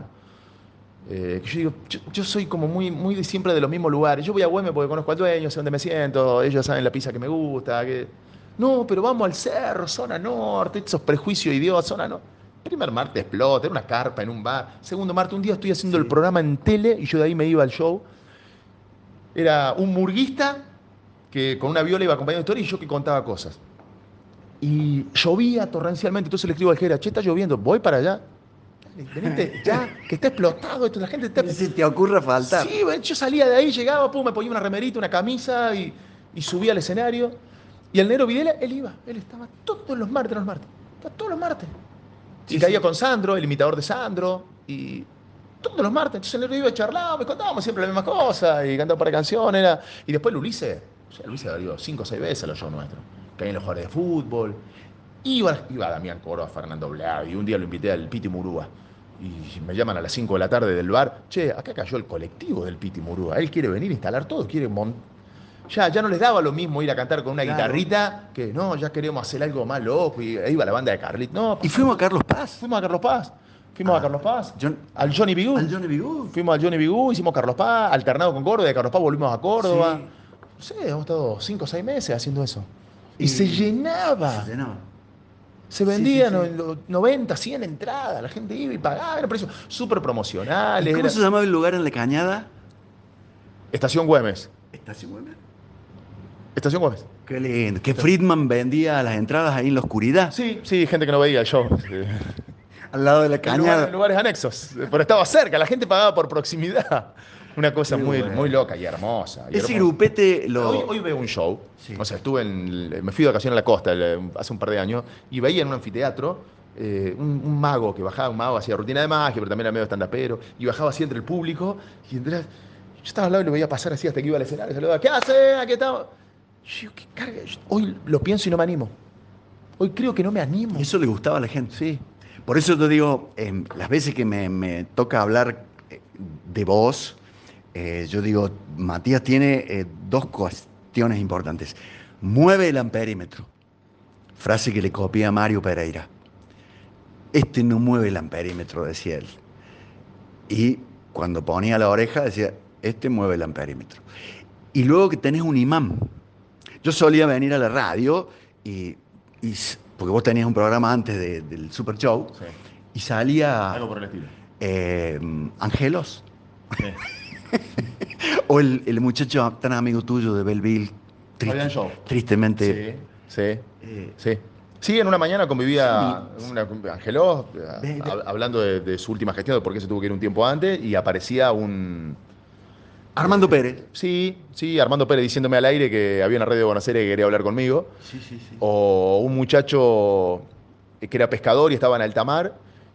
Eh, que yo digo, yo, yo soy como muy, muy de siempre de los mismos lugares. Yo voy a Güemes porque conozco al dueño, sé dónde me siento, ellos saben la pizza que me gusta. Que... No, pero vamos al cerro, zona norte, esos prejuicios idiotas, zona norte. Primer martes explota, era una carpa en un bar. Segundo martes, un día estoy haciendo Sí. el programa en tele y yo de ahí me iba al show. Era un murguista que con una viola iba acompañando historia y yo que contaba cosas. Y llovía torrencialmente, entonces le escribo al Jera, che, está lloviendo, voy para allá. Dale, venite ya, que está explotado, esto, la gente está... Ni se te ocurra faltar. Sí, bueno, yo salía de ahí, llegaba, pum, me ponía una remerita, una camisa y, y subía al escenario. Y el negro Videla, él iba, él estaba todos los martes, los martes, estaba todos los martes. Y Sí, caía sí. con Sandro, el imitador de Sandro, y todos los martes. Entonces el negro iba, charlábamos, y contábamos siempre la misma cosa, y cantaba para canciones. Era... Y después el Ulises, o sea, el Ulises ha ido cinco o seis veces a los shows nuestros. Caía en los jugadores de fútbol. Iba, iba Damián Córdoba, Fernando Blau, y un día lo invité al Piti Murúa. Y me llaman a las cinco de la tarde del bar. Che, acá cayó el colectivo del Piti Murúa. Él quiere venir a instalar todo, quiere montar. Ya, ya no les daba lo mismo ir a cantar con una Claro. guitarrita que no, ya queremos hacer algo más loco. Y ahí iba la banda de Carlit. No, Y fuimos a Carlos Paz. fuimos a Carlos Paz. Fuimos Ah, a Carlos Paz. John- al Johnny Bigú. Al Johnny Bigú. Fuimos al Johnny Bigú, hicimos Carlos Paz, alternado con Córdoba. De Carlos Paz volvimos a Córdoba. Sí. No sé, hemos estado cinco o seis meses haciendo eso. Y, Y- se llenaba. Se llenaba. Se vendían sí, sí. no- noventa, cien entradas, la gente iba y pagaba, eran precios súper ¿Y promocionales. cómo Era... se llamaba el lugar en La Cañada? Estación Güemes. Estación Güemes. Estación Güemes. Qué lindo. Que Friedman vendía las entradas ahí en la oscuridad, Sí, sí, gente que no veía el show. Sí. al lado de La En lugares, en Cañada. lugares anexos, pero estaba cerca, la gente pagaba por proximidad. Una cosa Qué muy, bueno. muy loca y hermosa. y Ese hermosa. grupete lo... Hoy, hoy veo un show, Sí. o sea, estuve en, me fui de vacaciones a la costa el- hace un par de años y veía en un anfiteatro eh, un, un mago que bajaba, un mago hacía rutina de magia, pero también era medio estandapero, y bajaba así entre el público, y entre, yo estaba al lado y lo veía pasar así hasta que iba al escenario, y saludaba, ¿qué hace? Aquí estamos. Yo, qué carga. Yo, hoy lo pienso y no me animo. Hoy creo que no me animo. Y eso le gustaba a la gente. Sí. Por eso te digo, eh, las veces que me, me toca hablar eh, de vos, eh, yo digo, Matías tiene eh, dos cuestiones importantes. Mueve el amperímetro. Frase que le copié a Mario Pereira. Este no mueve el amperímetro, decía él. Y cuando ponía la oreja decía, este mueve el amperímetro. Y luego que tenés un imán. Yo solía venir a la radio y, y s- porque vos tenías un programa antes de- del Super Show, Sí. y salía Algo por el estilo. eh, Angelos, Sí. o el, el muchacho tan amigo tuyo de Belleville, triste- Fabián Show. tristemente. Sí, sí, eh, sí. Sí, en una mañana convivía Sí. una, Angeló, Ve- ve- hab- hablando de, de su última gestión, de por qué se tuvo que ir un tiempo antes, y aparecía un... Armando Pérez. Sí, sí, Armando Pérez diciéndome al aire que había una red de Buenos Aires que quería hablar conmigo. Sí, sí, sí. O un muchacho que era pescador y estaba en alta mar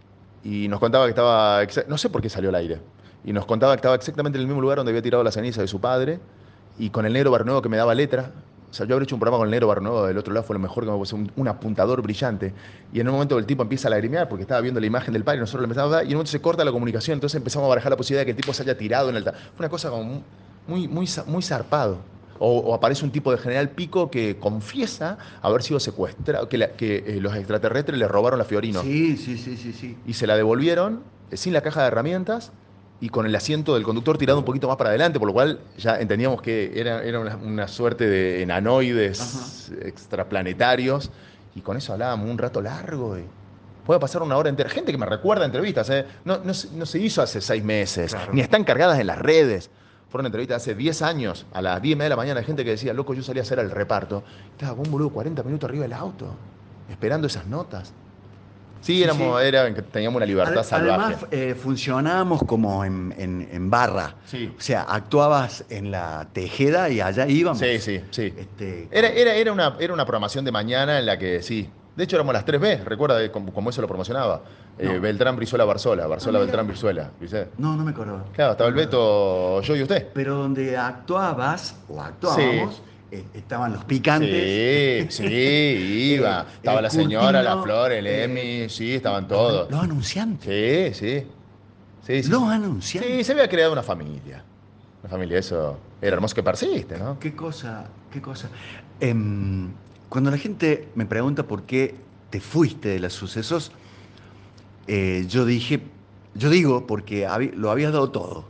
y nos contaba que estaba, exa- no sé por qué salió al aire, y nos contaba que estaba exactamente en el mismo lugar donde había tirado la ceniza de su padre y con el negro Barnuevo que me daba letra. O sea, yo habré hecho un programa con el negro Barnuevo del otro lado, fue lo mejor que me pasó, un, un apuntador brillante. Y en un momento el tipo empieza a lagrimear porque estaba viendo la imagen del padre y nosotros le empezamos a dar, y en un momento se corta la comunicación, entonces empezamos a barajar la posibilidad de que el tipo se haya tirado en alta. Fue una cosa como muy, muy, za- muy zarpado. O, o aparece un tipo de general Pico que confiesa haber sido secuestrado, que, la- que eh, los extraterrestres le robaron la Fiorino Sí, sí, sí, sí, sí. y se la devolvieron eh, sin la caja de herramientas y con el asiento del conductor tirado un poquito más para adelante, por lo cual ya entendíamos que era, era una, una suerte de enanoides extraplanetarios, y con eso hablábamos un rato largo. Y puede pasar una hora entera. Gente que me recuerda entrevistas, ¿eh? no, no, se- no se hizo hace seis meses, Claro. ni están cargadas en las redes. Fueron entrevistas hace diez años, a las diez y media de la mañana, hay gente que decía, loco, yo salía a hacer el reparto. Estaba con un boludo cuarenta minutos arriba del auto, esperando esas notas. Sí, Sí, éramos, sí. Era, teníamos una libertad Ade- salvaje. Además, eh, funcionábamos como en, en- en barra. Sí. O sea, actuabas en la Tejeda y allá íbamos. Sí, sí, sí. Este, Era, era, era, una, era una programación de mañana en la que sí. De hecho, éramos las tres B, recuerda de cómo, cómo eso lo promocionaba. Eh, No. Beltrán, Brizuela, Barzola. Barzola, Ah, mira. Beltrán, Brizuela. ¿viste? No, no me acuerdo. Claro, estaba el Beto, yo y usted. Pero donde actuabas o actuábamos, eh, estaban los picantes. Sí, sí, iba. El- Estaba el la señora, la Curtino, Flor, el eh, Emi, sí, estaban todos. Los anunciantes. Sí, sí. Sí, sí. Los sí. anunciantes. Sí, se había creado una familia. Una familia, eso era hermoso que persiste, ¿no? Qué cosa, qué cosa. Em, cuando la gente me pregunta por qué te fuiste de los sucesos, eh, yo dije, yo digo porque habi- lo habías dado todo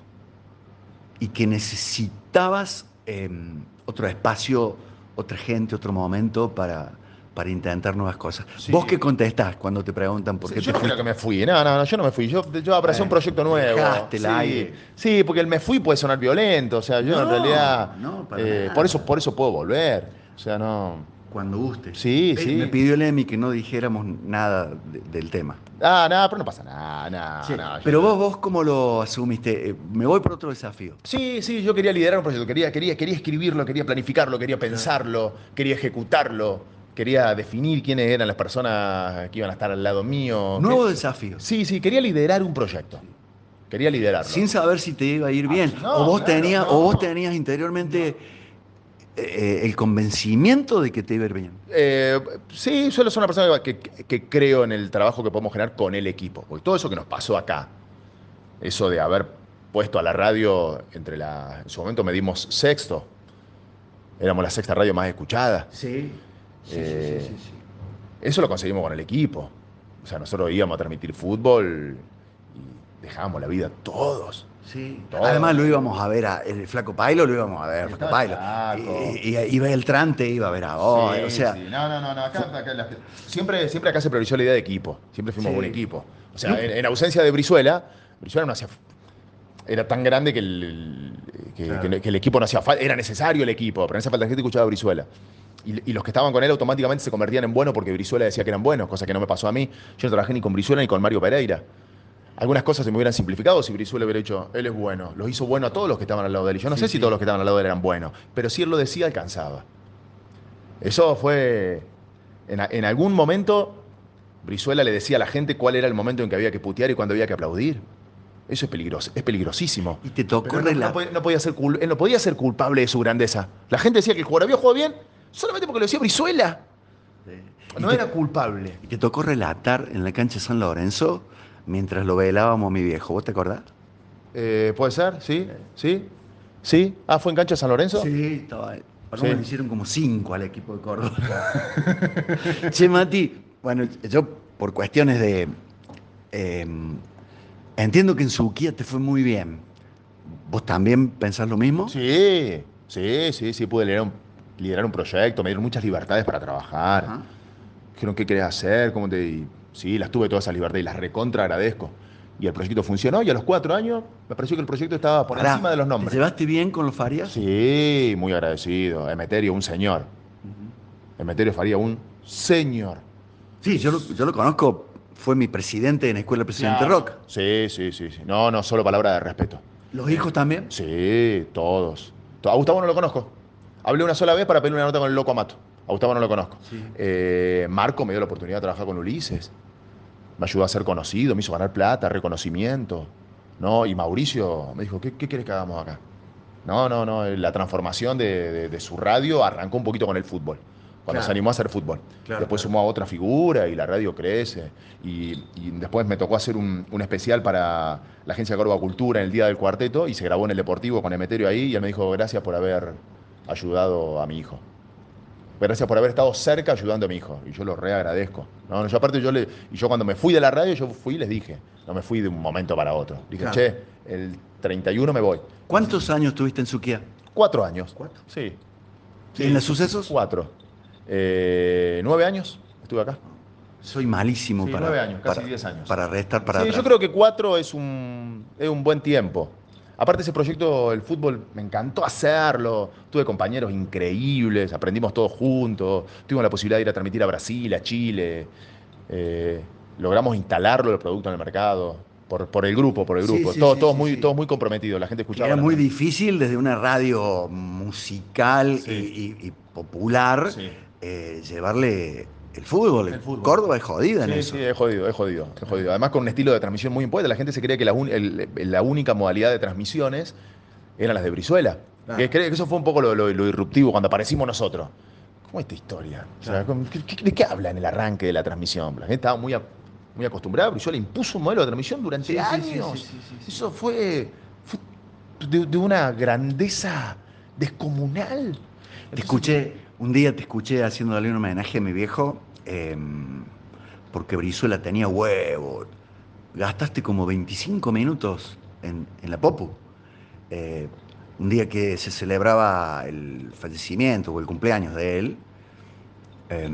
y que necesitabas em, otro espacio, otra gente, otro momento para, para intentar nuevas cosas. Sí. ¿Vos qué contestás cuando te preguntan por Sí, qué yo te no creo fuiste? que me fui. No, no, no, yo no me fui. Yo, yo abracé Eh, un proyecto nuevo. dejaste el sí. aire. Sí, porque el me fui puede sonar violento. O sea, yo en No, realidad. no, para eh, nada. por eso, por eso puedo volver. O sea, no. Cuando guste. Sí, Eh, sí. Me pidió el Emi que no dijéramos nada de- del tema. Ah, nada, pero no pasa nada. nada, Sí, nada, yo- pero vos, vos, ¿cómo lo asumiste? Eh, Me voy por otro desafío. Sí, sí, yo quería liderar un proyecto. Quería, quería, quería escribirlo, quería planificarlo, quería pensarlo, quería ejecutarlo, quería definir quiénes eran las personas que iban a estar al lado mío. Nuevo Que- desafío. Sí, sí, quería liderar un proyecto. Quería liderarlo. Sin saber si te iba a ir bien. no, o, vos claro, tenías, no. o vos tenías interiormente eh, el convencimiento de que te iba a ir bien. Eh, sí, suelo ser una persona que, que- que creo en el trabajo que podemos generar con el equipo. Porque todo eso que nos pasó acá, eso de haber puesto a la radio entre la. En su momento medimos sexto. Éramos la sexta radio más escuchada. Sí. Eh, Eso lo conseguimos con el equipo. O sea, nosotros íbamos a transmitir fútbol y dejábamos la vida todos. Sí. Todo. Además lo íbamos a ver a el Flaco Pailo, lo íbamos a ver, Flaco Estaba Pailo. Flaco. Y, y- iba el Trante, iba a ver a vos, Sí, o sea, sí. No, no, no, no. Acá, acá la- siempre, siempre acá se priorizó la idea de equipo. Siempre fuimos Sí. buen equipo. O sea, en, en ausencia de Brizuela, Brizuela no hacía. Era tan grande que el, que, Claro. que- que el equipo no hacía falta. Era necesario el equipo, pero en esa falta de gente escuchaba a Brizuela. Y, y los que estaban con él automáticamente se convertían en buenos porque Brizuela decía que eran buenos, cosa que no me pasó a mí. Yo no trabajé ni con Brizuela ni con Mario Pereira. Algunas cosas se me hubieran simplificado si Brizuela hubiera dicho, él es bueno. Los hizo bueno a todos los que estaban al lado de él. Y yo no Sí, sé si sí. todos los que estaban al lado de él eran buenos, pero si él lo decía, alcanzaba. Eso fue. En, a- en algún momento, Brizuela le decía a la gente cuál era el momento en que había que putear y cuándo había que aplaudir. Eso es peligroso, es peligrosísimo. y te tocó Pero él no, rela- no podía, no podía ser cul- él no podía ser culpable de su grandeza. La gente decía que el jugador había jugado bien solamente porque lo decía Brizuela. y No te- era culpable. y te tocó relatar en la cancha de San Lorenzo mientras lo velábamos a mi viejo, ¿vos te acordás? Eh, ¿Puede ser? ¿Sí? ¿Sí? ¿Sí? Ah, ¿fue en cancha de San Lorenzo? Sí, estaba ahí. Para Sí. le hicieron como cinco al equipo de Córdoba. Che, Mati, bueno, yo por cuestiones de... eh, entiendo que en Suquía te fue muy bien. ¿Vos también pensás lo mismo? Sí, sí, sí, sí, pude liderar un, liderar un proyecto, me dieron muchas libertades para trabajar. Ajá. Dijeron, ¿qué querés hacer? ¿Cómo te...? Y sí, las tuve todas esas libertades y las recontra agradezco. Y el proyecto funcionó y a los cuatro años me pareció que el proyecto estaba por Pará, encima de los ¿Te nombres. llevaste bien con los Farias? Sí, muy agradecido. Emeterio, un señor. Ujú. Emeterio Faría, un señor. Sí, yo lo, yo lo conozco. Fue mi presidente en la Escuela Presidente Rock. Sí, sí, sí, sí. No, no, solo palabra de respeto. ¿Los hijos también? Sí, todos. To- A Gustavo no lo conozco. Hablé una sola vez para pedir una nota con el Loco Amato. A Gustavo no lo conozco. Sí. Eh, Marco me dio la oportunidad de trabajar con Ulises. Me ayudó a ser conocido, me hizo ganar plata, reconocimiento. ¿No? Y Mauricio me dijo, ¿qué, qué querés que hagamos acá? No, no, no. La transformación de, de- de su radio arrancó un poquito con el fútbol. Cuando Claro. se animó a hacer fútbol. Claro, después claro. sumó a otra figura y la radio crece. Y, y después me tocó hacer un, un especial para la agencia Córdoba Cultura en el Día del Cuarteto y se grabó en el Deportivo con Emeterio ahí y él me dijo gracias por haber ayudado a mi hijo. Gracias por haber estado cerca ayudando a mi hijo. Y yo lo reagradezco. No, no, yo aparte yo le, y yo cuando me fui de la radio, yo fui y les dije, no me fui de un momento para otro. Dije, Claro. che, el treinta y uno me voy. ¿Cuántos años tuviste en Suquía? Cuatro años. ¿Cuatro? Sí. ¿Y en los sucesos? Cuatro. Eh, nueve años estuve acá. Soy malísimo Sí, para, nueve años, casi para- diez años. para restar para Sí, atrás. yo creo que cuatro es un, es un buen tiempo. Aparte ese proyecto, el fútbol, me encantó hacerlo. Tuve compañeros increíbles, aprendimos todos juntos. Tuvimos la posibilidad de ir a transmitir a Brasil, a Chile. Eh, logramos instalarlo, el producto en el mercado. Por, por el grupo, por el Sí, grupo. sí, todos, sí, todos sí, muy, sí. todos muy comprometidos. La gente escuchaba. Era la- muy difícil desde una radio musical Sí. y, y- y popular Sí. eh, llevarle el fútbol. El fútbol. Córdoba es jodida en Sí, eso. sí, es jodido, es jodido, es jodido. Además con un estilo de transmisión muy impuesto. La gente se creía que la, un- el- la única modalidad de transmisiones eran las de Brizuela. Claro. Que, creo que eso fue un poco lo, lo- lo disruptivo cuando aparecimos nosotros. ¿Cómo es esta historia? O sea, ¿cómo- qué- qué- ¿de qué habla en el arranque de la transmisión? La gente estaba muy, a- muy acostumbrada. Brizuela impuso un modelo de transmisión durante Sí, sí, sí, años. sí, sí, sí, sí. Eso fue, fue de, de una grandeza descomunal. Te escuché, un día te escuché haciéndole un homenaje a mi viejo, eh, porque Brizuela tenía huevo. Gastaste como veinticinco minutos en, en la Popu. Eh, un día que se celebraba el fallecimiento o el cumpleaños de él. eh,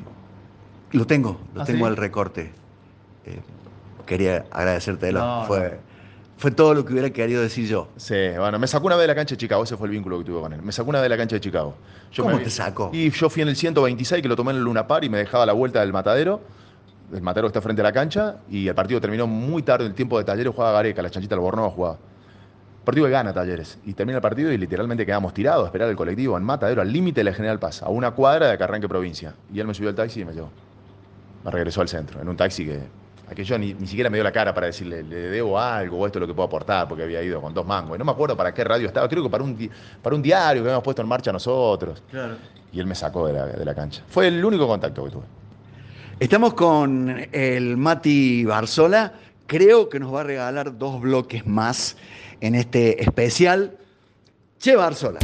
lo tengo, lo ¿Ah, tengo sí? al recorte. Eh, quería agradecértelo. No, fue, no. fue todo lo que hubiera querido decir yo. Sí, bueno, me sacó una vez de la cancha de Chicago, ese fue el vínculo que tuve con él. Me sacó una vez de la cancha de Chicago. Yo ¿Cómo me- te sacó? Y yo fui en el ciento veintiséis, que lo tomé en el Luna Park y me dejaba a la vuelta del matadero. El matadero que está frente a la cancha. Y el partido terminó muy tarde, el tiempo de Talleres jugaba Gareca, la chanchita Albornoz jugaba. Partido que gana Talleres. Y termina el partido y literalmente quedamos tirados a esperar el colectivo en matadero, al límite de la General Paz, a una cuadra de que arranque provincia. Y él me subió al taxi y me llevó. Me regresó al centro, en un taxi que aquello ni, ni siquiera me dio la cara para decirle, le debo algo o esto es lo que puedo aportar, porque había ido con dos mangos. Y no me acuerdo para qué radio estaba, creo que para un, di- para un diario que habíamos puesto en marcha nosotros. Claro. Y él me sacó de la, de la cancha. Fue el único contacto que tuve. Estamos con el Mati Barzola. Creo que nos va a regalar dos bloques más en este especial. Che Barzola.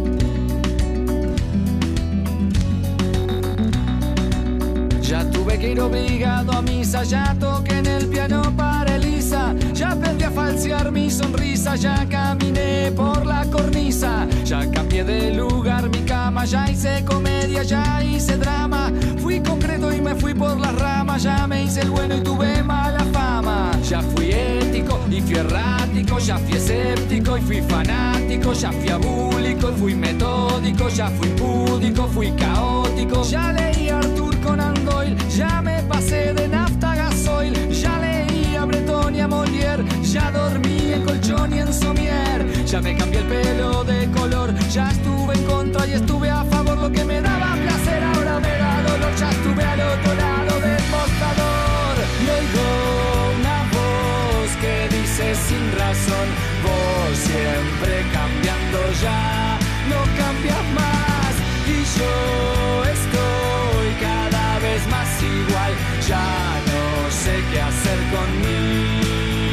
Ya tuve que ir obligado a misa, ya toqué en el piano para Elisa, ya aprendí a falsear mi sonrisa, ya caminé por la cornisa, ya cambié de lugar mi cama, ya hice comedia, ya hice drama, fui concreto y me fui por las ramas, ya me hice el bueno y tuve mala fama, ya fui ético y fui errático, ya fui escéptico y fui fanático, ya fui abúlico y fui metódico, ya fui púdico, fui caótico, ya leí a Arthur Conan Doyle, ya me pasé de nafta a gasoil, ya leí a Breton y a Molière, ya dormí en colchón y en somier, ya me cambié el pelo de color, ya estuve en contra y estuve a favor, lo que me daba placer ahora me da dolor, ya estuve al otro lado del mostrador y oigo una voz que dice sin razón, vos siempre cambiando ya, no cambias más y yo estoy cada vez más igual, ya no sé qué hacer conmigo.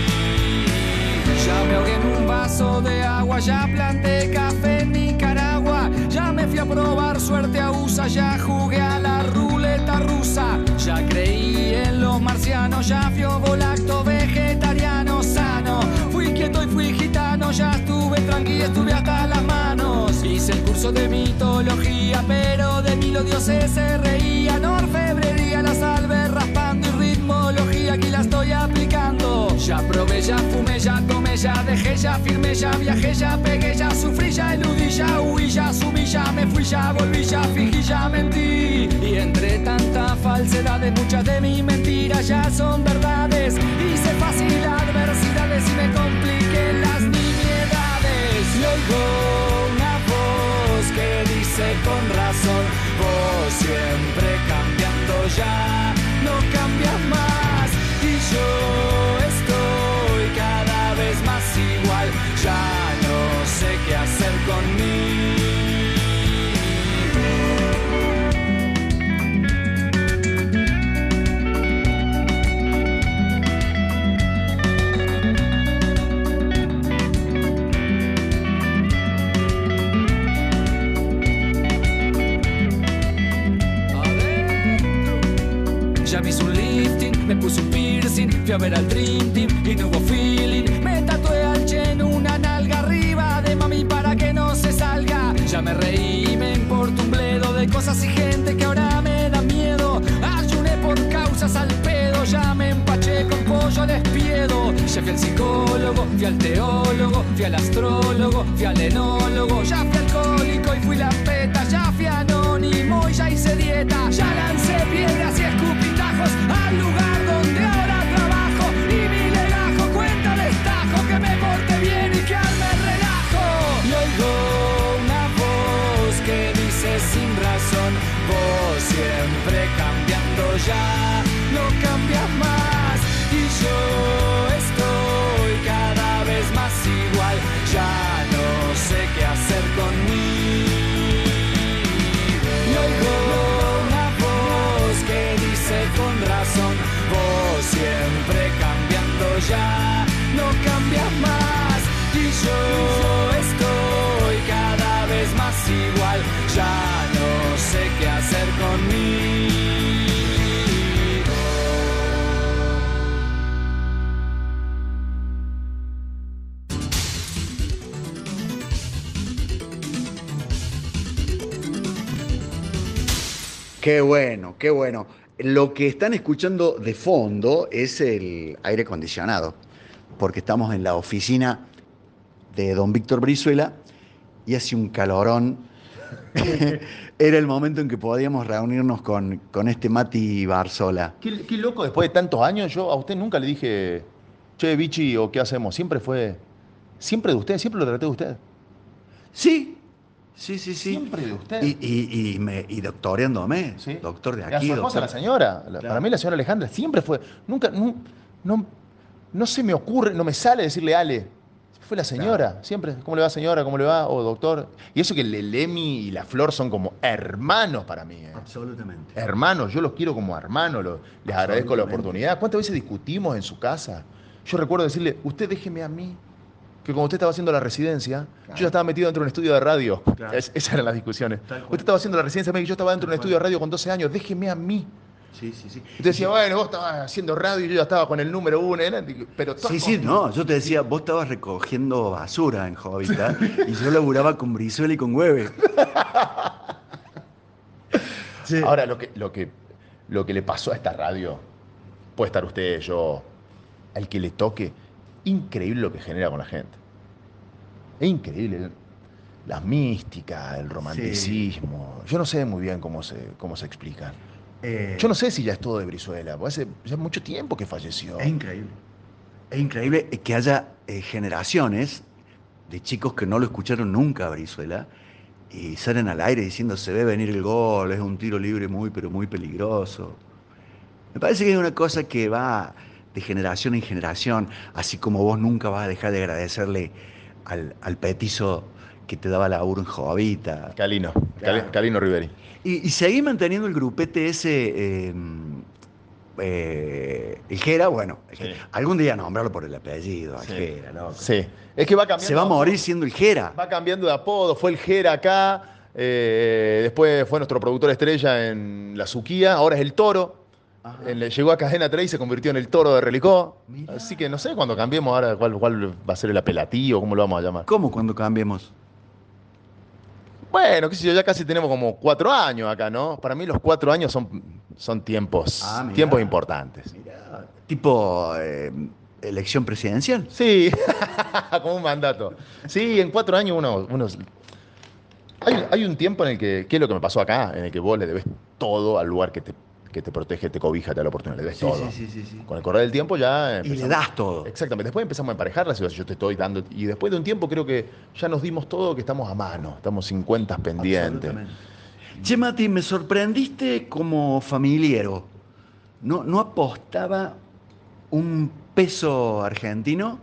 Ya me ahogué en un vaso de agua, ya planté café en Nicaragua, ya me fui a probar suerte a U S A, ya jugué a la ruleta rusa, ya creí en los marcianos, ya fui ovolacto vegetariano sano, fui quieto y fui gitano, ya estuve tranquilo, estuve hasta las manos, hice el curso de mitología, pero de mí los dioses se reían, orfebrería, la salve raspando y ritmología, aquí la estoy aplicando, ya probé, ya fumé, ya tomé, ya dejé, ya firmé, ya viajé, ya pegué, ya sufrí, ya eludí, ya huí, ya subí, ya me fui, ya volví, ya fingí, ya mentí. Y entre tanta falsedades, muchas de mis mentiras ya son verdades. Hice fácil adversidades y me compliqué las nimiedades. Y oigo una voz que dice con razón, vos siempre cambiando ya, no cambias más. Y yo estoy cada vez más igual, ya no sé qué hacer conmigo. Ya me hice un lifting, me puse un piercing, fui a ver al Dream Team y no hubo feeling. Me tatué al Chen una nalga arriba de mami para que no se salga. Ya me reí, me importa un bledo de cosas y gente que ahora me da miedo. Ayuné por causas al pedo, ya me empaché con pollo al espiedo. Ya fui al psicólogo, fui al teólogo, fui al astrólogo, fui al enólogo. Ya fui alcohólico y fui la peta, ya fui anónimo y ya hice dieta. Ya lancé piedras y escupitajos al lugar donde ahora trabajo. Y mi legajo cuenta destajo que me porte bien y que arme el relajo. Y oigo una voz que dice sin razón, vos siempre cambiando ya, no cambias más. Y yo estoy cada vez más igual, ya no sé qué hacer conmigo. Y oigo una voz que dice con razón, vos siempre cambiando ya, no cambias más. Y yo estoy cada vez más igual, ya no sé qué hacer conmigo. Qué bueno, qué bueno. Lo que están escuchando de fondo es el aire acondicionado, porque estamos en la oficina de don Víctor Brizuela y hace un calorón. Era el momento en que podíamos reunirnos con, con este Mati Barzola. Qué, qué loco, después de tantos años, yo a usted nunca le dije, che, Vichy, o qué hacemos. Siempre fue, siempre de usted, siempre lo traté de usted. Sí, sí, sí, sí. Siempre de usted. Y, y, y, me, y doctoreándome, ¿Sí? doctor de Era aquí. su esposa, doctor... la señora. La, Claro. Para mí la señora Alejandra siempre fue, nunca, no, no, no se me ocurre, no me sale decirle Ale. Fue la señora, claro. Siempre. ¿Cómo le va, señora? ¿Cómo le va? O doctor. Y eso que el Emi y la Flor son como hermanos para mí. ¿eh? Absolutamente. Hermanos, yo los quiero como hermanos. Lo, les agradezco la oportunidad. ¿Cuántas veces discutimos en su casa? Yo recuerdo decirle, usted déjeme a mí. Que cuando usted estaba haciendo la residencia, claro. Yo ya estaba metido dentro de un estudio de radio. Claro. Es, esas eran las discusiones. Usted estaba haciendo la residencia, yo estaba dentro de un estudio de radio con doce años, déjeme a mí. Sí, sí, sí. Y te decía, bueno, vos estabas haciendo radio y yo ya estaba con el número uno, ¿eh? Pero todas Sí, sí, cosas- no, yo te decía, vos estabas recogiendo basura en Jovita y yo laburaba con Brizuela y con Hueve. Sí. Ahora, lo que, lo, que, lo que le pasó a esta radio, puede estar usted, yo, al que le toque, increíble lo que genera con la gente. Es increíble. La mística, el romanticismo. Yo no sé muy bien cómo se, cómo se explican. Eh, Yo no sé si ya es todo de Brizuela, porque hace ya mucho tiempo que falleció. Es increíble. Es increíble que haya eh, generaciones de chicos que no lo escucharon nunca a Brizuela y salen al aire diciendo se ve venir el gol, es un tiro libre muy, pero muy peligroso. Me parece que es una cosa que va de generación en generación, así como vos nunca vas a dejar de agradecerle al, al petizo que te daba laburo en Jovita. Calino, Claro. Cali- Calino Riveri. Y, y seguí manteniendo el grupete ese, eh, eh, el Jera, bueno, el Jera. Sí. Algún día nombrarlo por el apellido, el Sí. Jera, loco. Sí. Es que va cambiando. Se va a morir siendo el Jera. Va cambiando de apodo. Fue el Jera acá. eh, después fue nuestro productor estrella en La Suquía. Ahora es el Toro. Ajá. En- llegó a Cadena tres y se convirtió en el Toro de Relicó. Mirá. Así que no sé cuando cambiemos ahora cuál, cuál va a ser el apelativo, cómo lo vamos a llamar. ¿Cómo cuando cambiemos? Bueno, qué sé yo, ya casi tenemos como cuatro años acá, ¿no? Para mí los cuatro años son, son tiempos, Ah, mirá. tiempos importantes. Mirá, tipo eh, elección presidencial. Sí, como un mandato. Sí, en cuatro años uno... uno hay, hay un tiempo en el que, ¿qué es lo que me pasó acá? En el que vos le debes todo al lugar que te, que te protege, te cobija, te da la oportunidad, le debes Sí, todo. sí, sí, sí, sí. Con el correr del tiempo ya... Y le empezamos- das todo. Exactamente. Después empezamos a emparejar la situación. Yo te estoy dando. Y después de un tiempo creo que ya nos dimos todo, que estamos a mano. Estamos cincuenta pendientes. Absolutamente. Che, Mati, me sorprendiste como familiero. No, no apostaba un peso argentino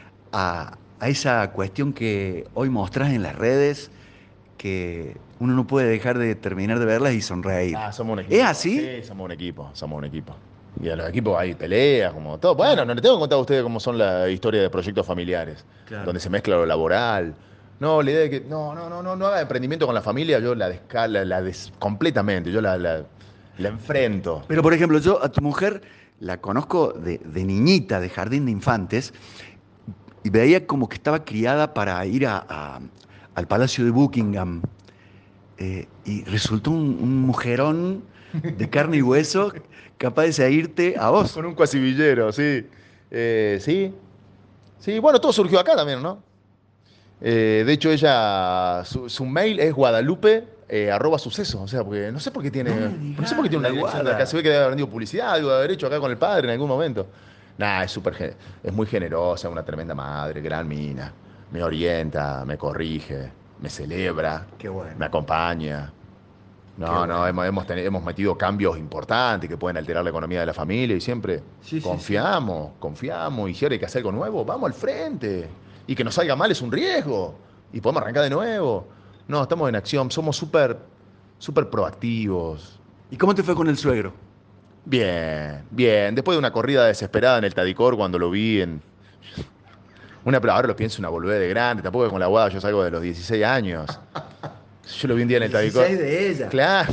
a, a esa cuestión que hoy mostrás en las redes, que uno no puede dejar de terminar de verlas y sonreír. Ah, somos un equipo. ¿Es así? Sí, somos un equipo. Somos un equipo. Y a los equipos hay peleas, como todo. Bueno, no le tengo que contar a ustedes cómo son las historias de proyectos familiares, Claro. donde se mezcla lo laboral. No, la idea de que no, no, no, no, no haga emprendimiento con la familia, yo la descala, la des, completamente, yo la, la, la enfrento. Pero, por ejemplo, yo a tu mujer la conozco de, de niñita, de jardín de infantes, y veía como que estaba criada para ir a, a- al Palacio de Buckingham. Eh, y resultó un, un mujerón de carne y hueso capaz de seguirte a vos. Con un cuasivillero, sí. Eh, sí. Sí, bueno, todo surgió acá también, ¿no? Eh, de hecho, ella, su, su mail es guadalupe eh, arroba suceso. O sea, porque no sé por qué tiene. No me No, digas, sé por qué tiene una la dirección de Guada. acá. Se ve que debe haber vendido publicidad, algo de haber hecho acá con el padre en algún momento. Nah, es súper gen- es muy generosa, una tremenda madre, gran mina. Me orienta, me corrige, me celebra, Qué bueno. me acompaña. No, Qué no, bueno. hemos, hemos, teni- hemos metido cambios importantes que pueden alterar la economía de la familia y siempre Sí, sí, confiamos, confiamos. Y si ahora hay que hacer algo nuevo, vamos al frente. Y que nos salga mal es un riesgo. Y podemos arrancar de nuevo. No, estamos en acción, somos súper, súper proactivos. ¿Y cómo te fue con el suegro? Bien, bien. Después de una corrida desesperada en el Tadicor cuando lo vi en... Una, pero ahora lo pienso una boludez de grande. Tampoco que con la Guada yo salgo de los dieciséis años. Yo lo vi un día en el Tadicor. dieciséis de ella. Claro.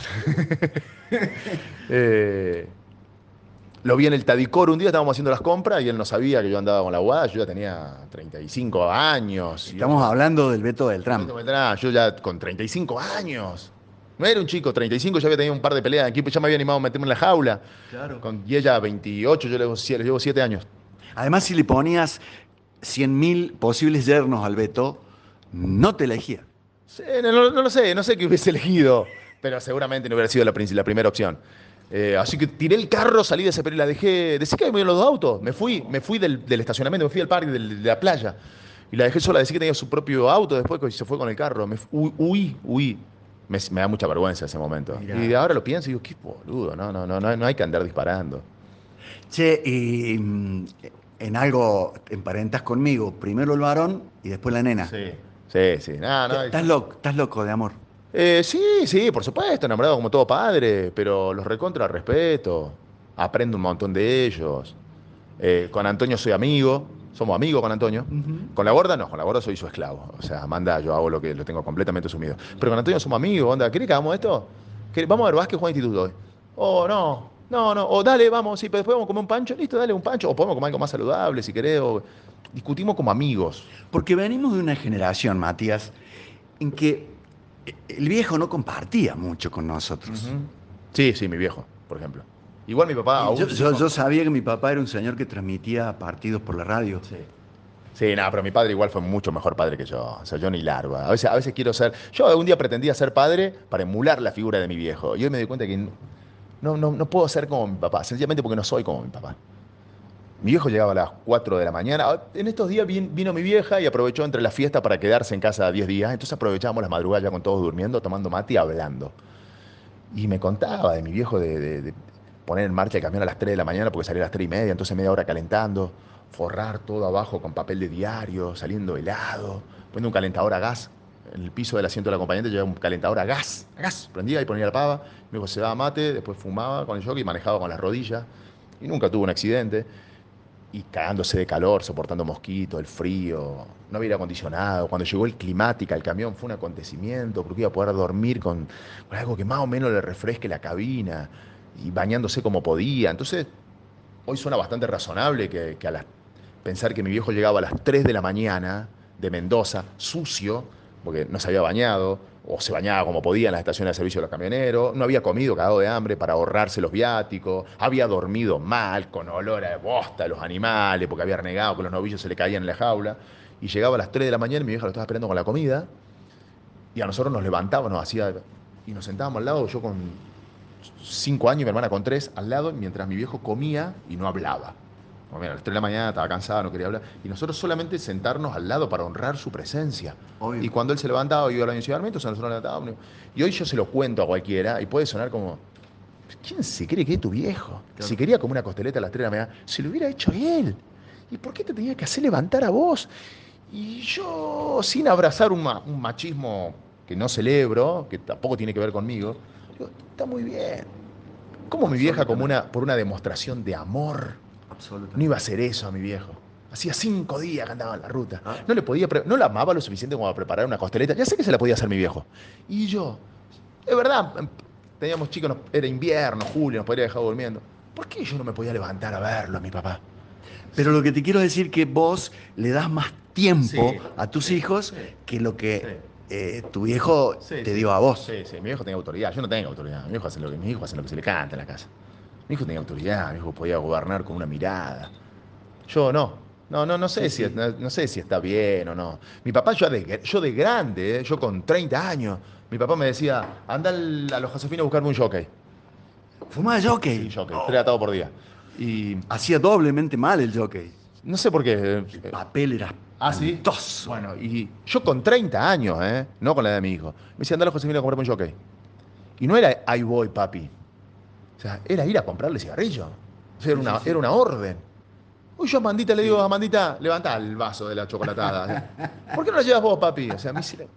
Eh, lo vi en el Tadicor un día, estábamos haciendo las compras y él no sabía que yo andaba con la Guada. Yo ya tenía treinta y cinco años. Y Estamos hablando del Beto Beltrán. yo, yo ya con treinta y cinco años. No era un chico, treinta y cinco, ya había tenido un par de peleas de equipo, ya me había animado a meterme en la jaula. Claro. Con, y ella veintiocho, yo le llevo, sie- le llevo siete años. Además, si le ponías cien mil posibles yernos al Beto, no te elegía. Sí, no, no- no lo sé, no sé qué hubiese elegido, pero seguramente no hubiera sido la, prin- la primera opción. Eh, así que tiré el carro, salí de esa pelea, la dejé. Decí que me iban los dos autos. Me fui, me fui del, del estacionamiento, me fui al parque del- de la playa. Y la dejé sola, decí que tenía su propio auto después que se fue con el carro. Me fu- huí, huí. Me, me da mucha vergüenza ese momento. Mirá. Y ahora lo pienso y digo, qué boludo, no, no, no, no, no hay que andar disparando. Che, y mm, en algo emparentas conmigo, primero el varón y después la nena. Sí, sí, sí. No, no, Estás loco, estás loco de amor. Eh, sí, sí, por supuesto, enamorado como todo padre, pero los recontra respeto, aprendo un montón de ellos. Eh, con Antonio soy amigo, somos amigos con Antonio. Con la gorda no, con la gorda soy su esclavo. O sea, Amanda, yo hago lo que lo tengo completamente asumido. Pero con Antonio somos amigos, onda, ¿querés que hagamos esto? ¿Querés- Vamos a ver básquet, Juan Instituto hoy. Oh, no, No, no, o dale, vamos, sí, pero después vamos a comer un pancho, listo, dale un pancho, o podemos comer algo más saludable si querés, o discutimos como amigos. Porque venimos de una generación, Matías, en que el viejo no compartía mucho con nosotros. Ujú. Sí, sí, mi viejo, por ejemplo. Igual mi papá aún... Yo, yo- yo sabía que mi papá era un señor que transmitía partidos por la radio. Sí. Sí, nada, pero mi padre igual fue mucho mejor padre que yo. O sea, yo ni largo. A veces, a veces quiero ser... Yo algún día pretendía ser padre para emular la figura de mi viejo. Y hoy me doy cuenta que no, no, no puedo ser como mi papá, sencillamente porque no soy como mi papá. Mi viejo llegaba a las cuatro de la mañana. En estos días vin- vino mi vieja y aprovechó entre la fiesta para quedarse en casa diez días. Entonces aprovechábamos las madrugadas ya con todos durmiendo, tomando mate y hablando. Y me contaba de mi viejo de, de- de poner en marcha el camión a las tres de la mañana porque salía a las tres y media, entonces media hora calentando, forrar todo abajo con papel de diario, saliendo helado, poniendo un calentador a gas. En el piso del asiento del acompañante llevaba un calentador a gas, a gas. Prendía y ponía la pava. Mi viejo se daba mate, después fumaba con el jockey y manejaba con las rodillas. Y nunca tuvo un accidente. Y cagándose de calor, soportando mosquitos, el frío, no había aire acondicionado. Cuando llegó el climática, el camión fue un acontecimiento, porque iba a poder dormir con, con algo que más o menos le refresque la cabina y bañándose como podía. Entonces, hoy suena bastante razonable que, que a las, pensar que mi viejo llegaba a las tres de la mañana de Mendoza, sucio, porque no se había bañado, o se bañaba como podía en las estaciones de servicio de los camioneros, no había comido cagado de hambre para ahorrarse los viáticos, había dormido mal, con olor a bosta de los animales, porque había renegado que los novillos se le caían en la jaula, y llegaba a las tres de la mañana y mi vieja lo estaba esperando con la comida, y a nosotros nos levantábamos, nos hacía, y nos sentábamos al lado, yo con cinco años y mi hermana con tres, al lado, mientras mi viejo comía y no hablaba. Bueno, mira, a las tres de la mañana estaba cansado, no quería hablar. Y nosotros solamente sentarnos al lado para honrar su presencia. Obvio. Y cuando él se levantaba y iba al baño ciudad, entonces nosotros nos levantábamos. Y hoy yo se lo cuento a cualquiera y puede sonar como, ¿quién se cree que es tu viejo? Claro. Si quería como una costeleta a las tres de la mañana, se lo hubiera hecho él. ¿Y por qué te tenía que hacer levantar a vos? Y yo, sin abrazar un, ma- un machismo que no celebro, que tampoco tiene que ver conmigo, digo, está muy bien. ¿Cómo mi vieja, como una, por una demostración de amor, Absolutamente. no iba a hacer eso a mi viejo? Hacía cinco días que andaba en la ruta. Ah. No le podía, pre- no la amaba lo suficiente como para preparar una costeleta. Ya sé que se la podía hacer mi viejo. Y yo, es verdad, em, teníamos chicos, nos- era invierno, julio, nos podría dejar durmiendo. ¿Por qué yo no me podía levantar a verlo a mi papá? Pero lo que te quiero decir es que vos le das más tiempo Sí, a tus sí, hijos sí. que lo que Sí. eh, tu viejo Sí, te sí. dio a vos. Sí, sí, mi viejo tenía autoridad, yo no tengo autoridad. Mi hijo hace lo que, mis hijos hacen lo que se le canta en la casa. Mi hijo tenía autoridad, mi hijo podía gobernar con una mirada. Yo no. No, no, no sé, Sí, si, sí. No, no sé si está bien o no. Mi papá, yo de, yo de grande, eh, yo con treinta años, mi papá me decía, anda al- a los Josefina a buscarme un jockey. Fumaba jockey. Sí, jockey, Oh, tres atados por día. Y hacía doblemente mal el jockey. no sé por qué. El eh, papel era ¿Ah, sí? espantoso. Bueno, y yo con treinta años, ¿eh? No con la edad de mi hijo. Me decía, anda a Josefina a comprarme un jockey. Y no era, ahí voy, papi. O sea, era ir a comprarle cigarrillo. O sea, era, Sí, una, sí, sí. era una orden. Hoy yo a Amandita le digo, Amandita, levanta el vaso de la chocolatada. ¿Por qué no la llevas vos, papi? O sea, a mí sí le-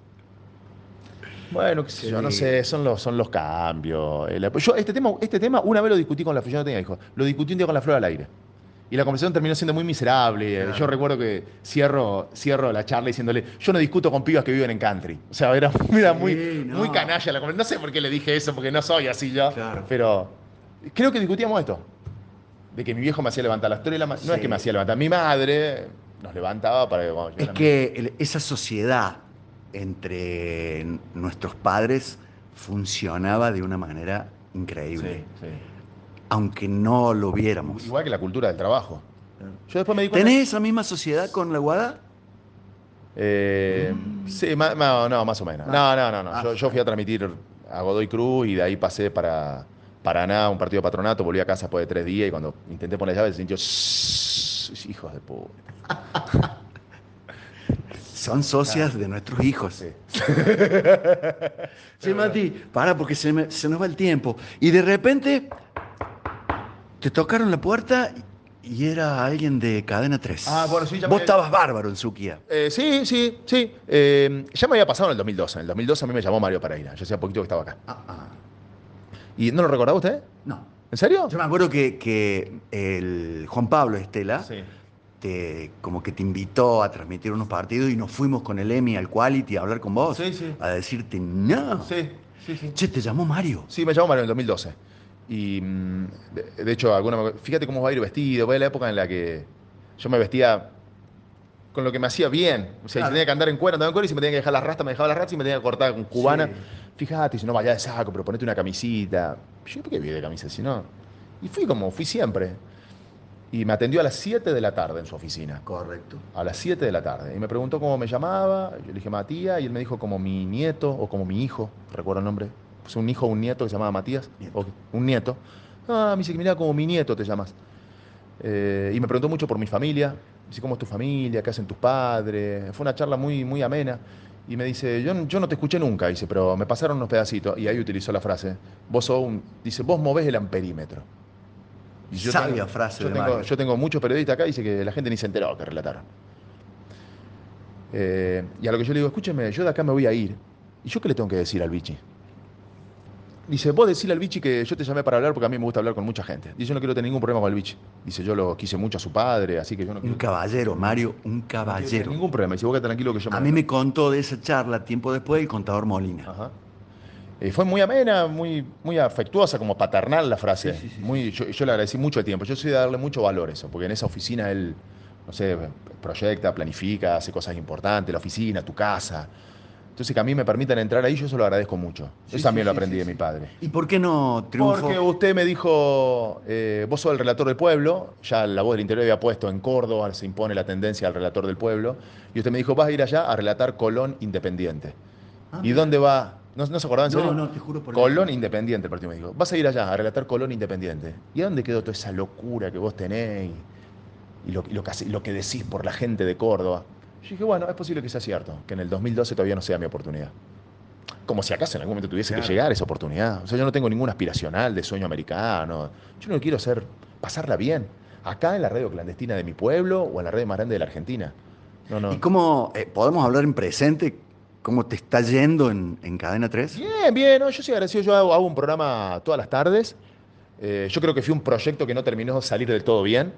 Bueno, qué sé Qué yo, no lindo. sé, son los, son los cambios. El- yo este tema, este tema una vez lo discutí con la Flor, yo no tenía hijos, lo discutí un día con la Flor al aire. Y la conversación terminó siendo muy miserable. Claro. Yo recuerdo que cierro, cierro la charla diciéndole, yo no discuto con pibas que viven en country. O sea, era, era Sí, muy, no. muy canalla la conversación. No sé por qué le dije eso, porque no soy así yo. Claro. Pero creo que discutíamos esto. De que mi viejo me hacía levantar a las tres de la mañana. No es Sí. que me hacía levantar, mi madre nos levantaba para que... bueno, yo Es era- que el- esa sociedad entre n- nuestros padres funcionaba de una manera increíble, Sí, sí. aunque no lo viéramos. Igual que la cultura del trabajo. Yo después me di cuenta... ¿Tenés esa misma sociedad con la Guada? Eh, sí, ma- ma- no, más o menos. No, no, no, no. Ah. Yo, yo fui a transmitir a Godoy Cruz y de ahí pasé para Paraná, un partido de patronato, volví a casa después de tres días y cuando intenté poner la llave se sintió... "Shh, hijos de puta". Son socias de nuestros hijos. Sí. Sí, Mati, para porque se, me- se nos va el tiempo. Y de repente te tocaron la puerta y era alguien de Cadena tres. Ah, bueno, sí, ya me- Vos estabas bárbaro en Suquía. Eh, sí, sí, sí. Eh, ya me había pasado en el dos mil doce. En el dos mil doce a mí me llamó Mario Pereira. Yo hacía poquito que estaba acá. Ah, ah. ¿Y no lo recordaba usted? No. ¿En serio? Yo me acuerdo que, que el Juan Pablo Estela Sí. te, como que te invitó a transmitir unos partidos y nos fuimos con el Emi al Quality a hablar con vos. Sí, sí. A decirte, no. Sí, sí, sí. Che, te llamó Mario. Sí, me llamó Mario en el dos mil doce. Y mm, de, de hecho, alguna, fíjate cómo va a ir vestido. Fue la época en la que yo me vestía con lo que me hacía bien. O sea, Claro. si tenía que andar en cuero, andaba en cuero, y si me tenía que dejar las rastas, me dejaba las rastas, y me tenía que cortar con cubana. Sí. Fíjate, si no vaya de saco, pero ponete una camisita. Yo, ¿por qué voy de camisa si no? Y fui como fui siempre. Y me atendió a las siete de la tarde en su oficina. Correcto. A las siete de la tarde. Y me preguntó cómo me llamaba. Yo le dije Matías. Y él me dijo como mi nieto o como mi hijo. Recuerdo el nombre. Pues un hijo o un nieto que se llamaba Matías. Nieto. O un nieto. Ah, me dice que mira, como mi nieto te llamas. Eh, y me preguntó mucho por mi familia. Dice, ¿cómo es tu familia? ¿Qué hacen tus padres? Fue una charla muy, muy amena. Y me dice, yo, yo no te escuché nunca. Dice, pero me pasaron unos pedacitos. Y ahí utilizó la frase. Vos sos un... Dice, vos movés el amperímetro. Y yo Sabia tengo- frase yo de tengo, Mario. yo tengo muchos periodistas acá y dice que la gente ni se enteró que relataron. Eh, y a lo que yo le digo, escúcheme, yo de acá me voy a ir. ¿Y yo qué le tengo que decir al bichi? Dice, vos decile al bichi que yo te llamé para hablar porque a mí me gusta hablar con mucha gente. Dice, yo no quiero tener ningún problema con el bichi. Dice, yo lo quise mucho a su padre, así que yo no Un quiero, caballero, Mario, un no quiero tener caballero. ningún problema. Dice, vos quedate tranquilo que yo A mí me contó de esa charla tiempo después el contador Molina. Ajá. Eh, fue muy amena, muy, muy afectuosa, como paternal la frase. Sí, sí, sí, muy, yo, yo le agradecí mucho el tiempo. Yo soy de darle mucho valor a eso, porque en esa oficina él, no sé, proyecta, planifica, hace cosas importantes, la oficina, tu casa. Entonces que a mí me permitan entrar ahí, yo se lo agradezco mucho. Sí, Eso también sí, lo sí, aprendí sí, de sí. mi padre. ¿Y por qué no triunfó? Porque usted me dijo, eh, vos sos el relator del pueblo, ya la voz del interior había puesto en Córdoba, se impone la tendencia al relator del pueblo, y usted me dijo, vas a ir allá a relatar Colón Independiente. Ah, ¿Y mira. dónde va? ¿No, no se acordaban? No, no, te juro por el Colón nombre. Independiente, el partido me dijo. Vas a ir allá a relatar Colón Independiente. ¿Y a dónde quedó toda esa locura que vos tenés y, y lo, y lo que, hace- lo que decís por la gente de Córdoba? Yo dije, bueno, es posible que sea cierto, que en el dos mil doce todavía no sea mi oportunidad. Como si acaso en algún momento tuviese Claro. que llegar esa oportunidad. O sea, yo no tengo ningún aspiracional de sueño americano. Yo no quiero hacer, pasarla bien. Acá en la radio clandestina de mi pueblo o en la radio más grande de la Argentina. No, no. ¿Y cómo eh, podemos hablar en presente? ¿Cómo te está yendo en, en Cadena tres? Bien, bien, ¿no? Yo soy agradecido, yo hago, hago un programa todas las tardes. Eh, yo creo que fue un proyecto que no terminó de salir del todo bien.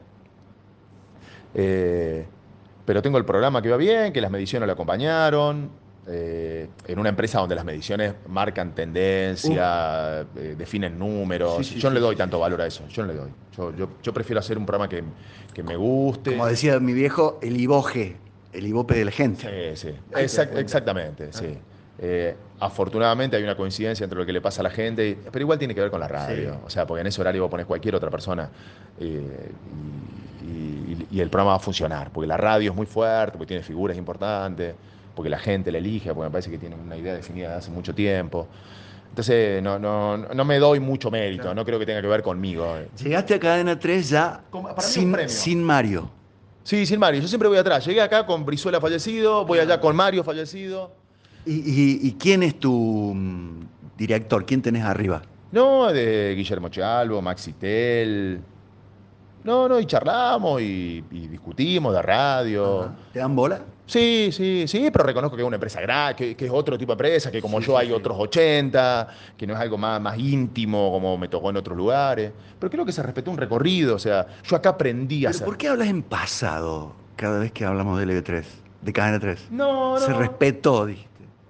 Eh, pero tengo el programa que va bien, que las mediciones lo acompañaron. Eh, en una empresa donde las mediciones marcan tendencia, eh, definen números. Sí, sí, yo no sí, le doy sí, tanto sí. valor a eso. Yo no le doy. Yo, yo- yo prefiero hacer un programa que, que me guste. Como decía mi viejo, el iboje, el ibope de la gente. Sí, sí. Ahí te Exact- das cuenta. exactamente, Ah. sí. Eh, afortunadamente hay una coincidencia entre lo que le pasa a la gente, y- pero igual tiene que ver con la radio. Sí. O sea, porque en ese horario vos ponés cualquier otra persona eh, y, y- y el programa va a funcionar. Porque la radio es muy fuerte, porque tiene figuras importantes, porque la gente la elige, porque me parece que tiene una idea definida de hace mucho tiempo. Entonces, no, no, no me doy mucho mérito, Claro. no creo que tenga que ver conmigo. Llegaste a Cadena tres ya Como- para mí un sin, premio. sin Mario. Sí, sin Mario, yo siempre voy atrás. Llegué acá con Brizuela fallecido, voy allá con Mario fallecido. ¿Y, y- y quién es tu mm, director? ¿Quién tenés arriba? No, de Guillermo Chalvo, Maxi Tel. No, no, y charlamos y, y discutimos de radio. Ajá. ¿Te dan bola? Sí, sí, sí, pero reconozco que es una empresa grande, que, que es otro tipo de empresa, que como Sí, yo sí, hay sí. otros ochenta, que no es algo más, más íntimo como me tocó en otros lugares. Pero creo que se respetó un recorrido, o sea, yo acá aprendí a ¿Pero hacer. por qué hablas en pasado cada vez que hablamos de L B tres? De Cadena tres. No, no. Se respetó, dijiste.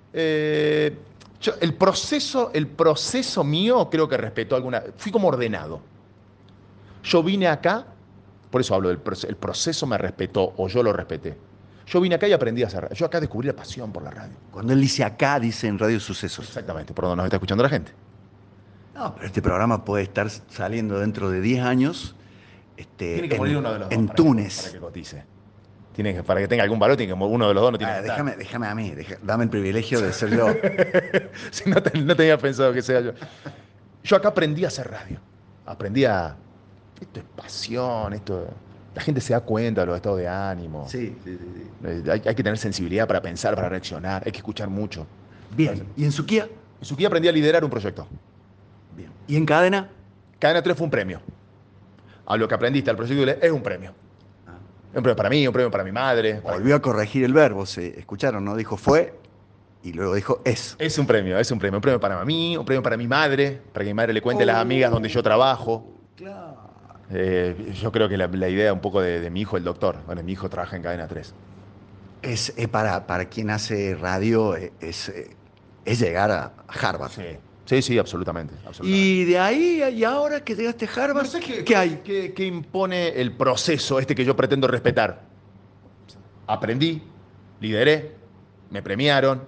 Eh, yo- el proceso, el proceso mío creo que respetó alguna. Fui como ordenado. Yo vine acá, por eso hablo del proceso, el proceso me respetó o yo lo respeté. Yo vine acá y aprendí a hacer radio. Yo acá descubrí la pasión por la radio. Cuando él dice acá, dice en Radio Sucesos. Exactamente, por donde nos está escuchando la gente. No, pero este programa puede estar saliendo dentro de diez años este, Tiene que en, morir uno de los dos. en para que- Túnez. para que cotice. Tiene que, para que tenga algún valor, tiene que morir uno de los dos no tiene Ah, que estar. déjame, déjame a mí, deja- dame el privilegio de ser yo. Si no, te- no tenía pensado que sea yo. Yo acá aprendí a hacer radio. Aprendí a. Esto es pasión, esto. La gente se da cuenta de los estados de ánimo. Sí, sí, sí, sí. Eh, Hay, hay que tener sensibilidad para pensar, para reaccionar. Hay que escuchar mucho. Bien, ¿y en Suquía? En Suquía aprendí a liderar un proyecto. Bien. ¿Y en Cadena? Cadena tres fue un premio. A lo que aprendiste al proyecto es un premio. Ah. Un premio para mí, un premio para mi madre. para- Volvió a corregir el verbo, se escucharon, ¿no? Dijo fue y luego dijo es. Es un premio, es un premio. Un premio para mí, un premio para mi madre, para que mi madre le cuente a las Oh. amigas donde yo trabajo. Claro. Eh, yo creo que la, la idea un poco de, de mi hijo, el doctor. Bueno, mi hijo trabaja en Cadena tres. Es, eh, para, para quien hace radio, eh, es, eh, es llegar a Harvard. Sí, Sí, sí, absolutamente. absolutamente. Y de ahí, y ahora que llegaste a Harvard, No sé qué, ¿qué hay? ¿Qué, qué impone el proceso este que yo pretendo respetar? Aprendí, lideré, me premiaron.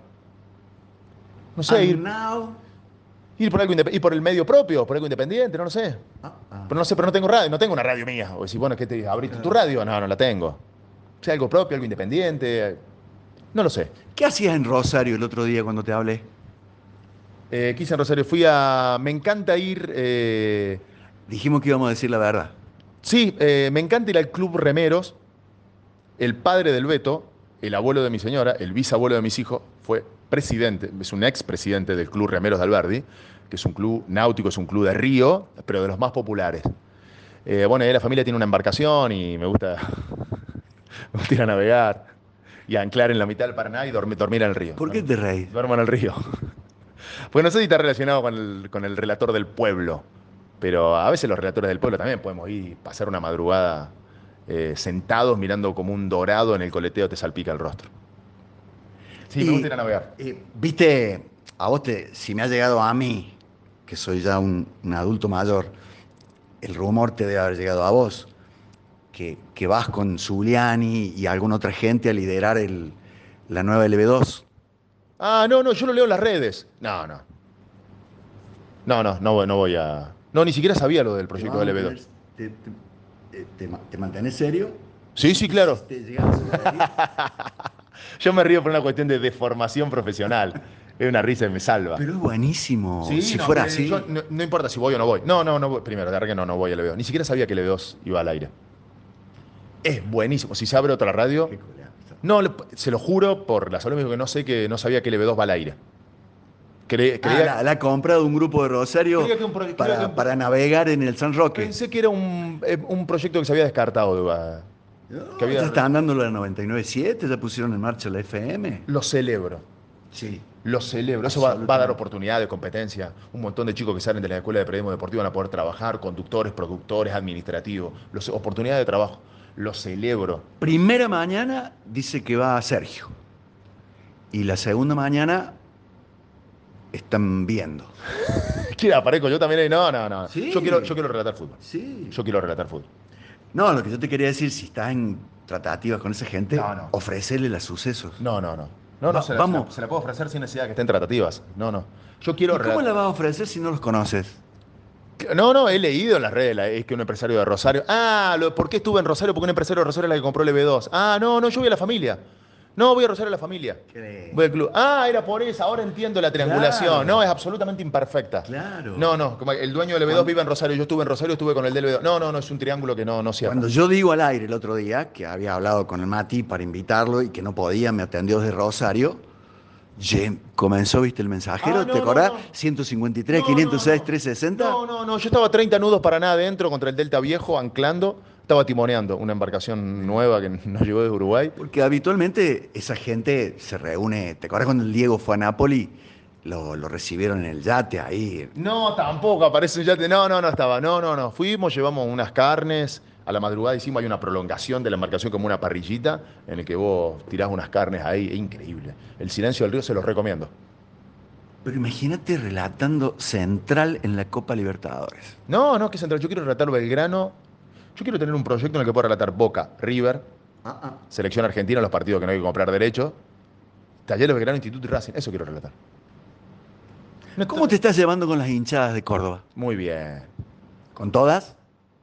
No sé, And ir, now- ir por algo indep- ir por el medio propio, por algo independiente, no lo sé. Ah, ah. Pero no sé, pero no tengo radio, no tengo una radio mía. O decir, bueno, ¿qué te abriste tu radio? No, no la tengo. O sea, algo propio, algo independiente. No lo sé. ¿Qué hacías en Rosario el otro día cuando te hablé? Eh, quise en Rosario, fui a. Me encanta ir. eh, Dijimos que íbamos a decir la verdad. sí, eh, me encanta ir al Club Remeros. El padre del Beto, el abuelo de mi señora, el bisabuelo de mis hijos, fue presidente, es un ex presidente del Club Remeros de Alberdi, que es un club náutico, es un club de río, pero de los más populares. Eh, bueno, ahí la familia tiene una embarcación y me gusta, me gusta ir a navegar y a anclar en la mitad del Paraná y dormir, dormir en el río. ¿Por qué te reís? Duermo en el río. Pues no sé si está relacionado con el, con el relator del pueblo, pero a veces los relatores del pueblo también podemos ir y pasar una madrugada eh, sentados mirando como un dorado en el coleteo te salpica el rostro. Sí, Y, me gusta ir a navegar. eh, Viste, a vos te, si me ha llegado a mí, que soy ya un, un adulto mayor, el rumor te debe haber llegado a vos, que, que vas con Zuliani y alguna otra gente a liderar el, la nueva L B dos. Ah, no, no, yo lo leo en las redes. No, no. No, no, no, voy- no voy a... No, ni siquiera sabía lo del proyecto de L B dos. ¿Te, te, eh, te, ma- te mantenés serio? Sí, sí, claro. ¿Te llegamos a decir? Yo me río por una cuestión de deformación profesional. Es una risa y me salva. Pero es buenísimo. Sí, si no, fuera eh, así. yo- no, no importa si voy o no voy. No, no, no voy. Primero, de arranque no, no voy a L B dos. Ni siquiera sabía que L B dos iba al aire. Es buenísimo. Si se abre otra radio... Qué culiao. No, le- se lo juro por la salud, que no sé que no sabía que L B dos va al aire. Cre- Ah, creía- la, la ha comprado un grupo de Rosario Creía que un pro- creía para, que un- para navegar en el San Roque. Pensé que era un, eh, un proyecto que se había descartado. va. No, que había- ya están dando la noventa y nueve punto siete, ya pusieron en marcha la F M. Lo celebro. Sí. Lo celebro. Eso va, va a dar Absolutamente. oportunidad de competencia. Un montón de chicos que salen de la escuela de periodismo deportivo van a poder trabajar, conductores, productores, administrativos. Los, oportunidad de trabajo. Lo celebro. Primera mañana dice que va a Sergio. Y la segunda mañana están viendo. ¿Quién aparezco? Yo también. No, no, no. Sí. Yo, quiero, yo quiero relatar fútbol. Sí. Yo quiero relatar fútbol. No, lo que yo te quería decir, si estás en tratativas con esa gente, No, no. ofrecerle los sucesos. No, no, no. No, no, Va- se la, vamos. se la- se la puedo ofrecer sin necesidad de que estén tratativas. No, no. Yo ¿Y quiero cómo relatar- la vas a ofrecer si no los conoces? No, no, he leído en las redes, la- es que un empresario de Rosario. Ah, lo- ¿por qué estuve en Rosario? Porque un empresario de Rosario es la que compró el L B dos. Ah, no, no, yo voy a la familia. No, voy a Rosario a la familia. Voy al club. Ah, era por eso, ahora entiendo la triangulación. Claro. No, es absolutamente imperfecta. Claro. No, no, como el dueño del L B dos Cuando- vive en Rosario, yo estuve en Rosario, estuve con el del L B dos. No, no, no, es un triángulo que no, no cierra. Cuando yo digo al aire el otro día, que había hablado con el Mati para invitarlo y que no podía, me atendió desde Rosario, ye- comenzó, viste, el mensajero, Ah, no, ¿te no, acordás? no. ciento cincuenta y tres, No, quinientos seis, no, no. trescientos sesenta. No, no, no, yo estaba treinta nudos para nada adentro contra el Delta Viejo, anclando. Estaba timoneando una embarcación nueva que nos llegó desde Uruguay. Porque habitualmente esa gente se reúne. ¿Te acuerdas cuando el Diego fue a Nápoli? Lo, lo recibieron en el yate ahí. No, tampoco aparece un yate. No, no, no estaba. No, no, no. Fuimos, llevamos unas carnes. A la madrugada hicimos, hay una prolongación de la embarcación como una parrillita en el que vos tirás unas carnes ahí. Es increíble. El silencio del río se los recomiendo. Pero imagínate relatando Central en la Copa Libertadores. No, no, que central. Yo quiero relatar Belgrano. Yo quiero tener un proyecto en el que pueda relatar Boca, River, Ah, ah. Selección Argentina, los partidos que no hay que comprar derechos, Talleres Belgrano, Instituto y Racing. Eso quiero relatar. No ¿Cómo te estás llevando con las hinchadas de Córdoba? Muy bien. ¿Con todas?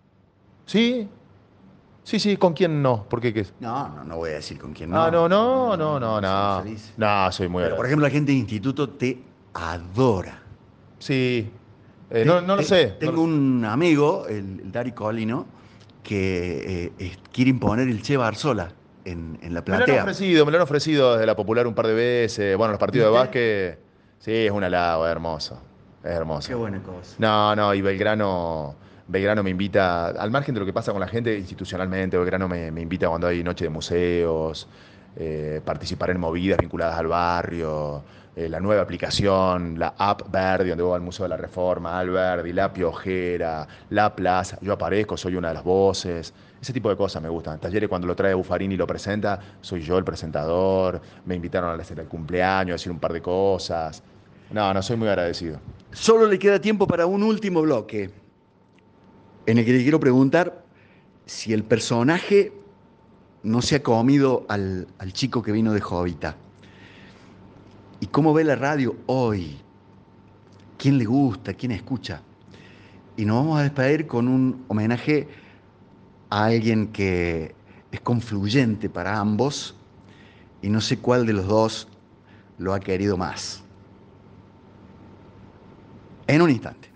Sí. Sí, sí, ¿con quién no? ¿Por qué qué es? No, no, no voy a decir con quién no. Ah, no, no, no, no, no. Soy feliz. No, soy muy Pero, por ejemplo, la gente de instituto te adora. Sí. Eh, no, no lo Te- sé. Tengo No lo- un amigo, el, el Dari Colino, que eh, es- quiere imponer el Che Barzola en, en la Me lo han platea. ofrecido, me lo han ofrecido desde la Popular un par de veces. Bueno, los partidos de ¿Viste? básquet. Sí, es un halago, es hermoso. Es hermoso. Qué buena cosa. No, no, y Belgrano, Belgrano me invita, al margen de lo que pasa con la gente institucionalmente, Belgrano me, me invita cuando hay noche de museos, eh, participar en movidas vinculadas al barrio, eh, la nueva aplicación, la app Verdi, donde voy al Museo de la Reforma, al Verdi, la Piojera, la Plaza, yo aparezco, soy una de las voces, ese tipo de cosas me gustan. Talleres cuando lo trae Buffarini y lo presenta, soy yo el presentador, me invitaron a hacer el cumpleaños, a decir un par de cosas. No, no soy muy agradecido. Solo le queda tiempo para un último bloque, en el que le quiero preguntar si el personaje no se ha comido al, al chico que vino de Jovita. ¿Y cómo ve la radio hoy? ¿Quién le gusta? ¿Quién escucha? Y nos vamos a despedir con un homenaje a alguien que es confluyente para ambos y no sé cuál de los dos lo ha querido más. En un instante.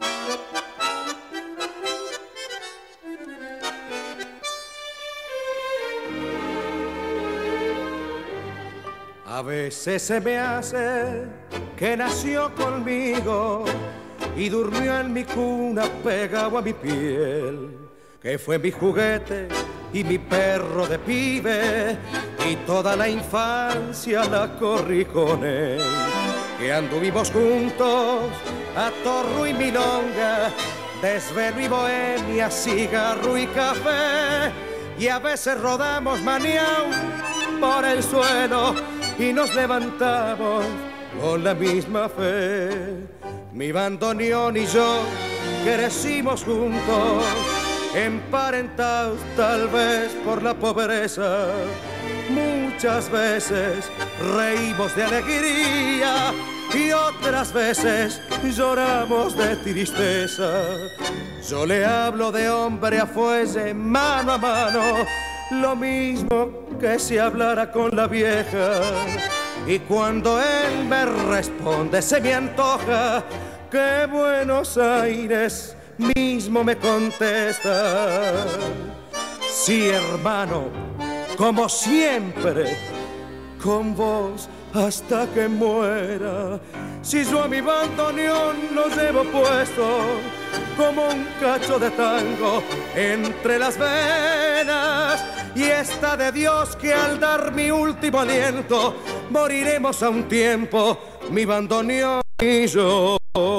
A veces se me hace que nació conmigo y durmió en mi cuna pegado a mi piel, que fue mi juguete y mi perro de pibe, y toda la infancia la corrí con él, que anduvimos juntos a torro y milonga, desvelo y bohemia, cigarro y café, y a veces rodamos maniau por el suelo y nos levantamos con la misma fe. Mi bandoneón y yo crecimos juntos, emparentados tal vez por la pobreza. Muchas veces reímos de alegría y otras veces lloramos de tristeza. Yo le hablo de hombre a fuelle, mano a mano, lo mismo que si hablara con la vieja. Y cuando él me responde se me antoja que Buenos Aires mismo me contesta. Sí, hermano, como siempre, con vos hasta que muera. Si yo a mi bandoneón lo llevo puesto como un cacho de tango entre las venas, y está de Dios que al dar mi último aliento moriremos a un tiempo, mi bandoneón y yo.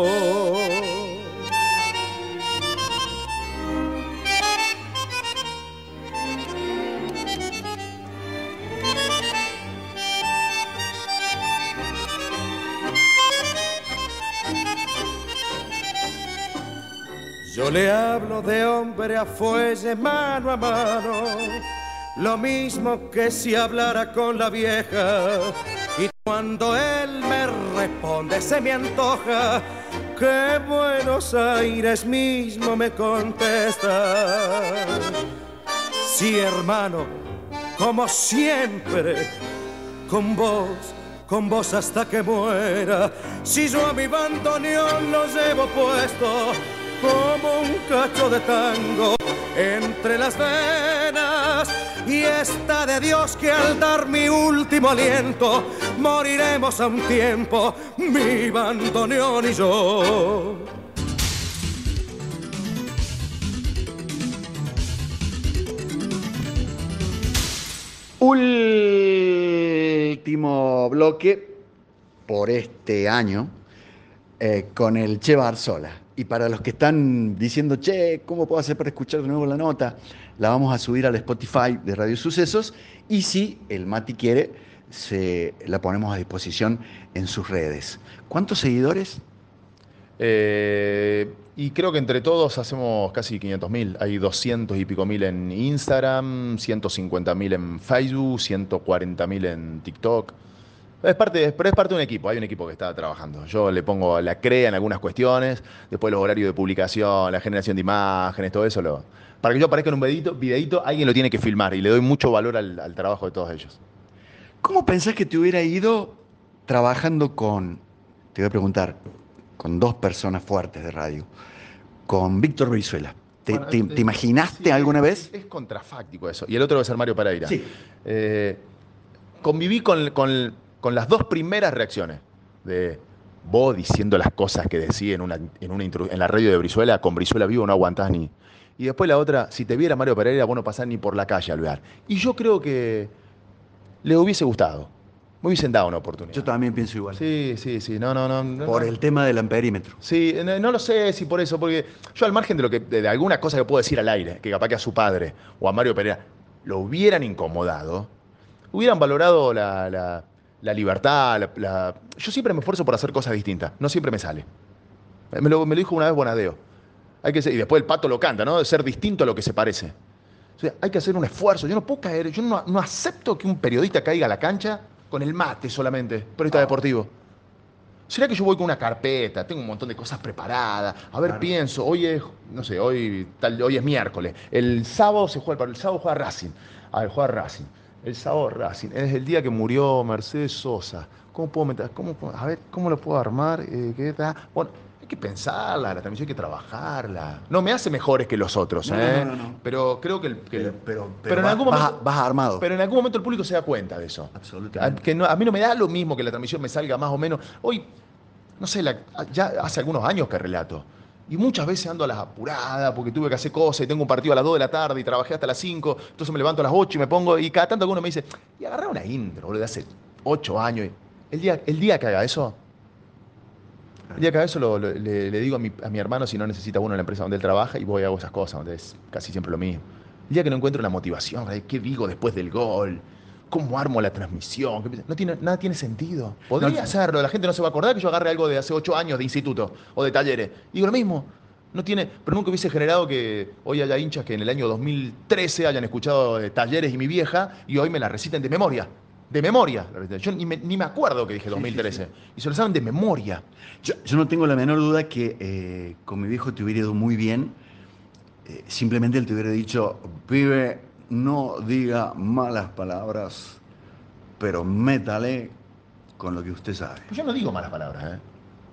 Yo le hablo de hombre a fuelle, mano a mano, lo mismo que si hablara con la vieja. Y cuando él me responde se me antoja que Buenos Aires mismo me contesta. Sí, hermano, como siempre, con vos, con vos hasta que muera. Si yo a mi bandoneón lo llevo puesto como un cacho de tango entre las venas, y está de Dios que al dar mi último aliento moriremos a un tiempo, mi bandoneón y yo. Último bloque por este año eh, con el Che Barzola. Y para los que están diciendo, che, ¿cómo puedo hacer para escuchar de nuevo la nota? La vamos a subir al Spotify de Radio Sucesos. Y si el Mati quiere, se la ponemos a disposición en sus redes. ¿Cuántos seguidores? Eh, y creo que entre todos hacemos casi quinientos mil. Hay doscientos y pico mil en Instagram, ciento cincuenta mil en Facebook, ciento cuarenta mil en TikTok. Es parte, pero es parte de un equipo, hay un equipo que está trabajando. Yo le pongo la crea en algunas cuestiones, después los horarios de publicación, la generación de imágenes, todo eso. Lo, para que yo aparezca en un videito, videito, alguien lo tiene que filmar y le doy mucho valor al, al trabajo de todos ellos. ¿Cómo pensás que te hubiera ido trabajando con, te voy a preguntar, con dos personas fuertes de radio, con Víctor Brizuela? ¿Te, Bueno, te, eh, ¿te imaginaste sí, alguna vez? Es, es contrafáctico eso. Y el otro va a ser Mario Pereira. Sí. Eh, conviví con, con, con las dos primeras reacciones de vos diciendo las cosas que decía en, una, en, una intro, en la radio de Brizuela, con Brizuela vivo no aguantás ni... Y después la otra, si te viera Mario Pereira, vos no pasás ni por la calle al ver. Y yo creo que le hubiese gustado. Me hubiesen dado una oportunidad. Yo también pienso igual. Sí, sí, sí. No, no, no. no Por no. el tema del amperímetro. Sí, no, no lo sé si por eso, porque yo al margen de lo que de, de alguna cosa que puedo decir al aire, que capaz que a su padre o a Mario Pereira lo hubieran incomodado, hubieran valorado la, la, la libertad, la, la... Yo siempre me esfuerzo por hacer cosas distintas, no siempre me sale. Me lo, me lo dijo una vez Bonadeo. Hay que ser, y después el Pato lo canta, ¿no? De ser distinto a lo que se parece. O sea, hay que hacer un esfuerzo. Yo no puedo caer, yo no, no acepto que un periodista caiga a la cancha con el mate solamente, periodista deportivo. ¿Será que yo voy con una carpeta? Tengo un montón de cosas preparadas. A ver, claro. Pienso, hoy es, no sé, hoy, tal, hoy es miércoles. El sábado se juega, el sábado juega Racing. A ver, juega Racing. El sábado Racing. Es el día que murió Mercedes Sosa. ¿Cómo puedo meter? ¿Cómo, a ver, ¿cómo lo puedo armar? Eh, ¿qué tal? Bueno, hay que pensarla, la transmisión hay que trabajarla. No me hace mejores que los otros, no, ¿eh? No, no, no. Pero creo que... El, que pero, pero, pero, pero en va, algún momento, vas, vas armado. Pero en algún momento el público se da cuenta de eso. Absolutamente. A, que no, a mí no me da lo mismo que la transmisión me salga más o menos. Hoy, no sé, la, ya hace algunos años que relato. Y muchas veces ando a las apuradas porque tuve que hacer cosas y tengo un partido a las dos de la tarde y trabajé hasta las cinco. Entonces me levanto a las ocho y me pongo... Y cada tanto alguno me dice, y agarrá una intro, boludo, de hace ocho años. El día, el día que haga eso... El día que haga eso lo, lo, le, le digo a mi, a mi hermano si no necesita uno en la empresa donde él trabaja y voy y hago esas cosas, donde es casi siempre lo mismo. El día que no encuentro la motivación, ¿qué digo después del gol? ¿Cómo armo la transmisión? No tiene, nada tiene sentido. Podría no, hacerlo, la gente no se va a acordar que yo agarre algo de hace ocho años de instituto o de talleres. Digo lo mismo. No tiene, pero nunca hubiese generado que hoy haya hinchas que en el año dos mil trece hayan escuchado de Talleres y mi vieja y hoy me la reciten de memoria. De memoria. Yo ni me, ni me acuerdo que dije dos mil trece. Sí, sí, sí. Y se lo saben de memoria. Yo, yo no tengo la menor duda que eh, con mi viejo te hubiera ido muy bien. Eh, simplemente él te hubiera dicho, pibe, no diga malas palabras, pero métale con lo que usted sabe. Pues yo no digo malas palabras, ¿eh?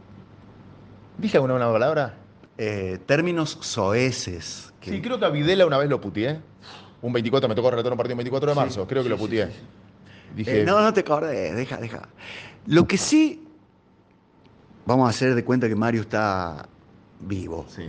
¿Dije alguna buena palabra? Eh, términos soeces. Que... Sí, creo que a Videla una vez lo putié. Un veinticuatro, me tocó relatar un partido un veinticuatro de marzo. Sí, creo que sí, lo putié. Sí, sí, sí. Dije... Eh, no, no te acordé, deja, deja. Lo que sí, vamos a hacer de cuenta que Mario está vivo. Sí.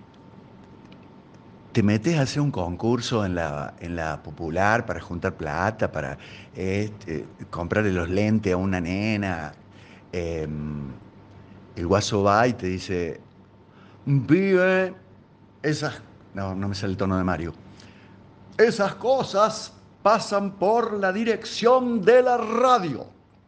Te metes a hacer un concurso en la, en la Popular para juntar plata, para eh, eh, comprarle los lentes a una nena. Eh, el guaso va y te dice, vive esas... No, no me sale el tono de Mario. Esas cosas pasan por la dirección de la radio.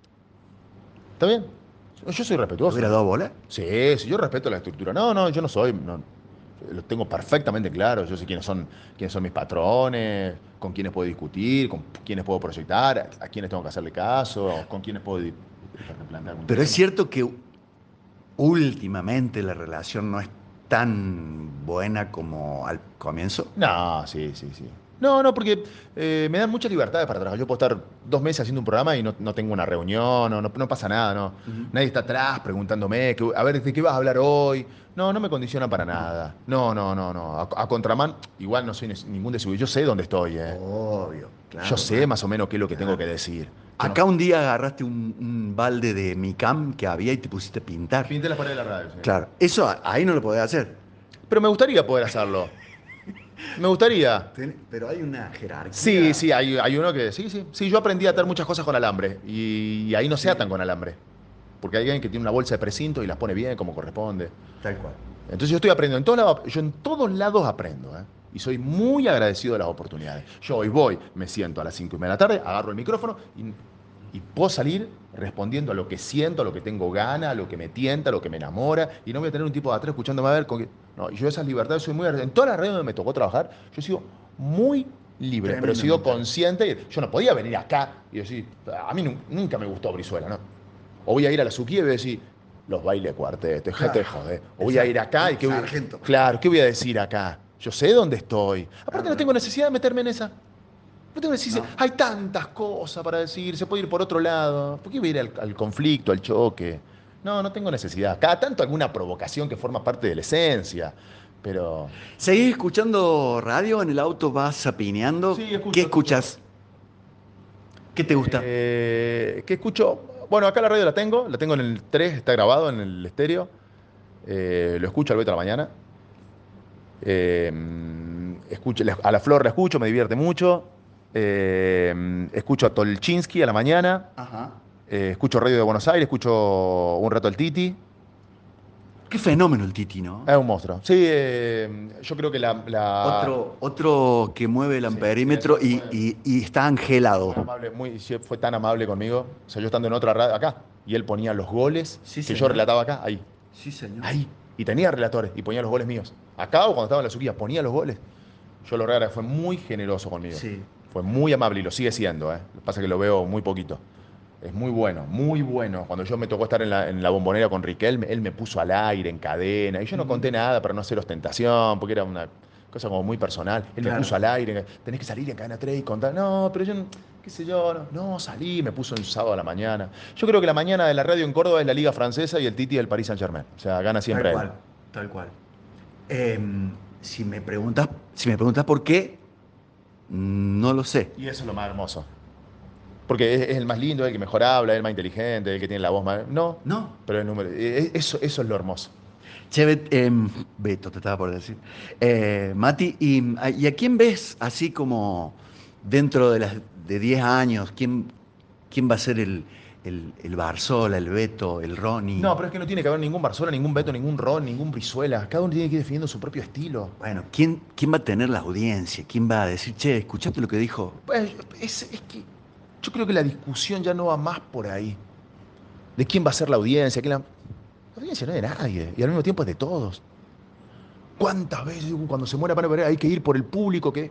¿Está bien? Yo soy respetuoso. ¿Hubiera dado bola? Sí, sí, yo respeto la estructura. No, no, yo no soy... No, lo tengo perfectamente claro. Yo sé quiénes son, quiénes son mis patrones, con quiénes puedo discutir, con quiénes puedo proyectar, a, a quiénes tengo que hacerle caso, con quiénes puedo replantear algún Pero tema. Es cierto que últimamente la relación no es tan buena como al comienzo. No, sí, sí, sí. No, no, porque eh, me dan muchas libertades para trabajar. Yo puedo estar dos meses haciendo un programa y no, no tengo una reunión, no, no, no pasa nada, ¿no? Uh-huh. Nadie está atrás preguntándome, que, a ver, ¿de qué vas a hablar hoy? No, no me condiciona para nada. No, no, no, no. A, a contramano, igual no soy ningún desubicado. Yo sé dónde estoy, ¿eh? Obvio, claro. Yo sé más o menos qué es lo que tengo que decir. Yo Acá no... un día agarraste un, un balde de Micam que había y te pusiste a pintar. Pinté las paredes de la radio, sí. Claro, eso ahí no lo podés hacer. Pero me gustaría poder hacerlo. Me gustaría. Pero hay una jerarquía. Sí, sí, hay, hay uno que... Sí, sí. Sí, yo aprendí a atar muchas cosas con alambre. Y, y ahí no se atan con alambre. Porque hay alguien que tiene una bolsa de precinto y las pone bien como corresponde. Tal cual. Entonces yo estoy aprendiendo. En todos lados, yo en todos lados aprendo, ¿eh? Y soy muy agradecido de las oportunidades. Yo hoy voy, me siento a las cinco y media de la tarde, agarro el micrófono y, y puedo salir respondiendo a lo que siento, a lo que tengo ganas, a lo que me tienta, a lo que me enamora. Y no voy a tener un tipo de atrás escuchándome a ver con que... No, yo esas libertades soy muy... En todas las redes donde me tocó trabajar, yo he sido muy libre, pero he sido consciente. Yo no podía venir acá y decir, a mí nunca me gustó Brizuela, ¿no? O voy a ir a la Suquía y voy a decir, los bailes cuarteto, déjate claro, joder. O voy a ir acá y ¿qué voy, sargento. Claro, ¿qué voy a decir acá? Yo sé dónde estoy. Aparte claro, no tengo necesidad de meterme en esa. No tengo necesidad. No. Hay tantas cosas para decir, se puede ir por otro lado. ¿Por qué voy a ir al, al conflicto, al choque? No, no tengo necesidad. Cada tanto alguna provocación que forma parte de la esencia, pero... ¿Seguís escuchando radio? ¿En el auto vas zapineando? Sí, escucho. ¿Qué escuchas? ¿Qué te gusta? Eh, ¿Qué escucho? Bueno, acá la radio la tengo, la tengo en el tres, está grabado en el estéreo. Eh, lo escucho al Beto a la mañana. Eh, escucho, a La Flor la escucho, me divierte mucho. Eh, escucho a Tolchinsky a la mañana. Ajá. Eh, escucho Radio de Buenos Aires, escucho un rato al Titi. Qué fenómeno el Titi, ¿no? Es un monstruo. Sí, eh, yo creo que la... la- Otro, otro que mueve el Sí, amperímetro sí, y, y- y está angelado. Muy amable, muy- sí, fue tan amable conmigo. O sea, yo estando en otra radio acá, y él ponía los goles Sí, que yo señor. relataba acá, ahí. Sí, señor. Ahí. Y tenía relatores, y ponía los goles míos. Acá o cuando estaba en la subida, ponía los goles. Yo lo regalé, fue muy generoso conmigo. Sí. Fue muy amable y lo sigue siendo, ¿eh? Lo que pasa es que lo veo muy poquito. Es muy bueno, muy bueno. Cuando yo me tocó estar en la, en la bombonera con Riquelme, él me puso al aire, en cadena, y yo no conté nada para no hacer ostentación, porque era una cosa como muy personal. Él Claro. me puso al aire, tenés que salir en cadena tres y contar. No, pero yo, no- qué sé yo, no, no, salí, me puso un sábado a la mañana. Yo creo que la mañana de la radio en Córdoba es la Liga Francesa y el Titi del Paris Saint-Germain. O sea, gana siempre Tal él. cual, tal cual. Em, si me preguntas, si me preguntas por qué, no lo sé. Y eso es lo más hermoso. Porque es, es el más lindo, el que mejor habla, el más inteligente, el que tiene la voz más... No, No. pero el número... eh, Eso, eso es lo hermoso. Che, Bet- em, Beto, te estaba por decir. Eh, Mati, y, a- ¿y a quién ves así como dentro de las de diez años? ¿Quién, quién va a ser el, el, el Barzola, el Beto, el Ronnie? No, pero es que no tiene que haber ningún Barzola, ningún Beto, ningún Ron, ningún Brizuela. Cada uno tiene que ir definiendo su propio estilo. Bueno, ¿quién, ¿quién va a tener la audiencia? ¿Quién va a decir, che, escuchaste lo que dijo? Pues, es, es que yo creo que la discusión ya no va más por ahí. De quién va a ser la audiencia. quién la... la audiencia no es de nadie y al mismo tiempo es de todos. ¿Cuántas veces cuando se muera Pano Pereira hay que ir por el público que...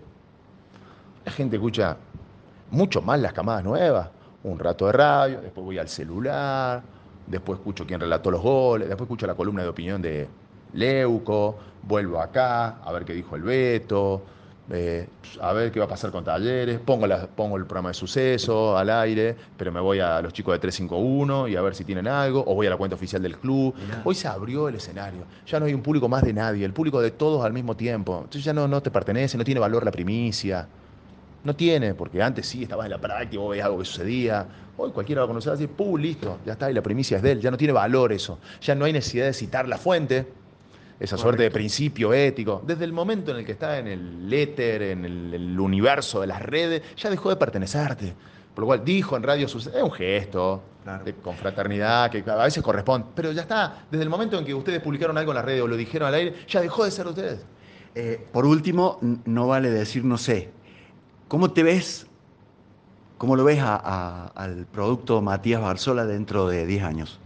La gente escucha mucho más las camadas nuevas. Un rato de radio, después voy al celular, después escucho quién relató los goles, después escucho la columna de opinión de Leuco, vuelvo acá a ver qué dijo el Beto, eh, a ver qué va a pasar con Talleres, pongo, la- pongo el programa de suceso al aire, pero me voy a los chicos de trescientos cincuenta y uno y a ver si tienen algo, o voy a la cuenta oficial del club. Mirá. Hoy se abrió el escenario, ya no hay un público más de nadie, el público de todos al mismo tiempo. Entonces ya no, no te pertenece, no tiene valor la primicia. No tiene, porque antes sí estabas en la práctica, vos veías algo que sucedía. Hoy cualquiera va a conocer así, ¡pum! Listo, ya está, y la primicia es de él, ya no tiene valor eso. Ya no hay necesidad de citar la fuente, esa suerte de Correcto. principio ético. Desde el momento en el que está en el éter, en el, el universo de las redes, ya dejó de pertenecerte. Por lo cual dijo en radio, sus- es un gesto Claro. de confraternidad que a veces corresponde. Pero ya está, desde el momento en que ustedes publicaron algo en las redes o lo dijeron al aire, ya dejó de ser de ustedes. Eh, por último, n- no vale decir, no sé, ¿cómo te ves, cómo lo ves a- a- al producto Matías Barzola dentro de diez años?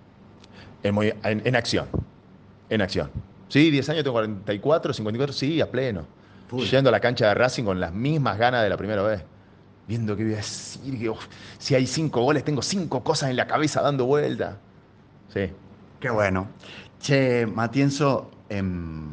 En, muy- en- en acción. En acción. Sí, diez años, tengo cuarenta y cuatro, cincuenta y cuatro, sí, a pleno. Full. Yendo a la cancha de Racing con las mismas ganas de la primera vez. Viendo qué voy a decir, que, uf, si hay cinco goles, tengo cinco cosas en la cabeza dando vuelta. Sí. Qué bueno. Che, Matienzo, em,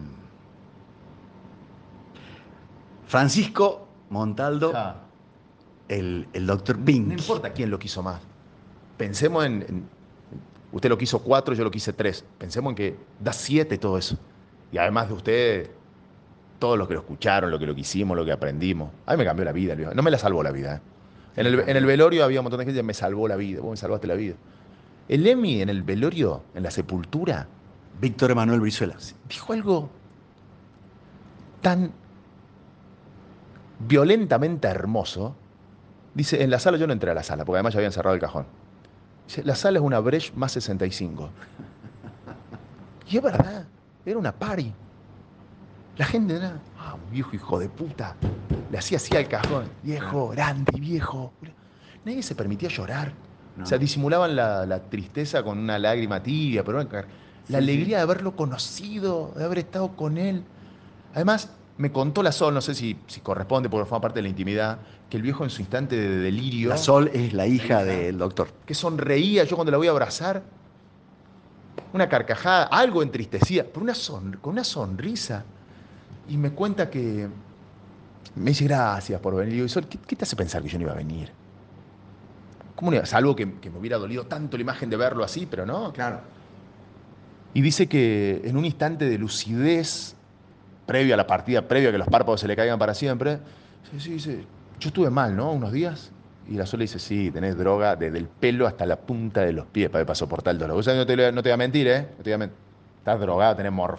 Francisco Montaldo, Ah, el, el doctor no Pink. importa quién lo quiso más. Pensemos en, en- Usted lo quiso cuatro, yo lo quise tres. Pensemos en que da siete todo eso. Y además de usted, todos los que lo escucharon, lo que lo que hicimos, lo que aprendimos. A mí me cambió la vida, el viejo. No me la salvó la vida. ¿eh? En, el, en el velorio había un montón de gente que me salvó la vida. Vos me salvaste la vida. El Emi en el velorio, en la sepultura, Víctor Emanuel Brizuela. dijo algo tan violentamente hermoso. Dice, en la sala, yo no entré a la sala, porque además ya habían cerrado el cajón. Dice, la sala es una Brecht más sesenta y cinco. Y es verdad, era una party. La gente era, ah, un viejo hijo de puta. Le hacía así al cajón, viejo, grande, viejo. Nadie se permitía llorar. No. O sea, disimulaban la, la tristeza con una lágrima tibia, pero la Sí, alegría de haberlo conocido, de haber estado con él. Además, me contó la Sol, no sé si, si corresponde porque forma parte de la intimidad, que el viejo en su instante de delirio, La Sol es la hija hija. del doctor. que sonreía yo cuando la voy a abrazar, una carcajada, algo entristecía, pero una son- con una sonrisa. Y me cuenta que, me dice gracias por venir. Y digo, Sol, ¿qué, qué te hace pensar que yo no iba a venir? ¿Cómo no iba? Salvo que, que me hubiera dolido tanto la imagen de verlo así, pero no. Claro. Y dice que en un instante de lucidez, previo a la partida, previo a que los párpados se le caigan para siempre, sí, sí, dice, yo estuve mal, ¿no? Unos días. Y la Sol le dice, sí, tenés droga desde el pelo hasta la punta de los pies para soportar el dolor. O sea, no te, no te voy a mentir, ¿eh? No te voy a mentir. Estás drogado, tenés morf.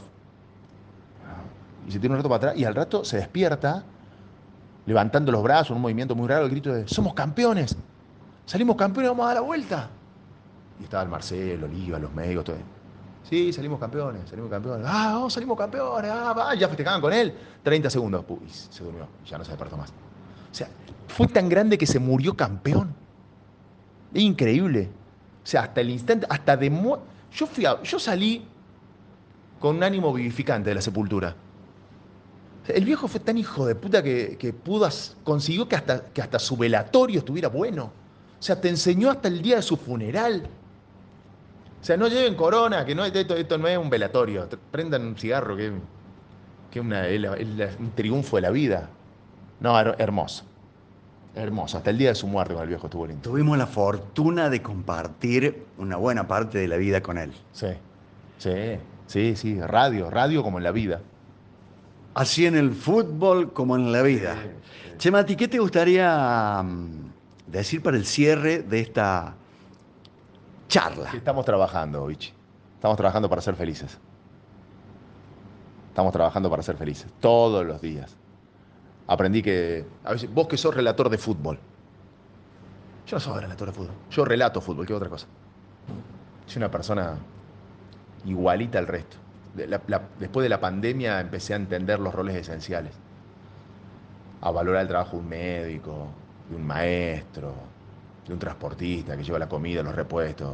Y se tira un rato para atrás y al rato se despierta, levantando los brazos, un movimiento muy raro, el grito de, somos campeones. Salimos campeones, vamos a dar la vuelta. Y estaba el Marcelo, Oliva, los médicos, todo. Sí, salimos campeones, salimos campeones. Ah, oh, salimos campeones, ah, va, ya festejaban con él. treinta segundos, uy, se durmió, ya no se despertó más. O sea, fue tan grande que se murió campeón. Es increíble. O sea, hasta el instante, hasta de... Mu- yo, fui a, yo salí con un ánimo vivificante de la sepultura. O sea, el viejo fue tan hijo de puta que, que pudo, consiguió que hasta, que hasta su velatorio estuviera bueno. O sea, te enseñó hasta el día de su funeral. O sea, no lleven corona, que no, esto, esto no es un velatorio. Prendan un cigarro, que, que una, es, la, es la, un triunfo de la vida. No, her, hermoso. Hermoso. Hasta el día de su muerte con el viejo estuvo lindo. Tuvimos la fortuna de compartir una buena parte de la vida con él. Sí, sí, sí, sí. Radio, radio como en la vida. Así en el fútbol como en la vida. Sí, sí. Che, Mati, ¿qué te gustaría um, decir para el cierre de esta charla? Sí, estamos trabajando, Vichy. Estamos trabajando para ser felices. Estamos trabajando para ser felices. Todos los días. Aprendí que... A veces, vos que sos relator de fútbol. Yo no soy relator de fútbol. Yo relato fútbol, ¿qué otra cosa? Soy una persona igualita al resto. De la, la, después de la pandemia empecé a entender los roles esenciales. A valorar el trabajo de un médico, de un maestro, de un transportista que lleva la comida, los repuestos.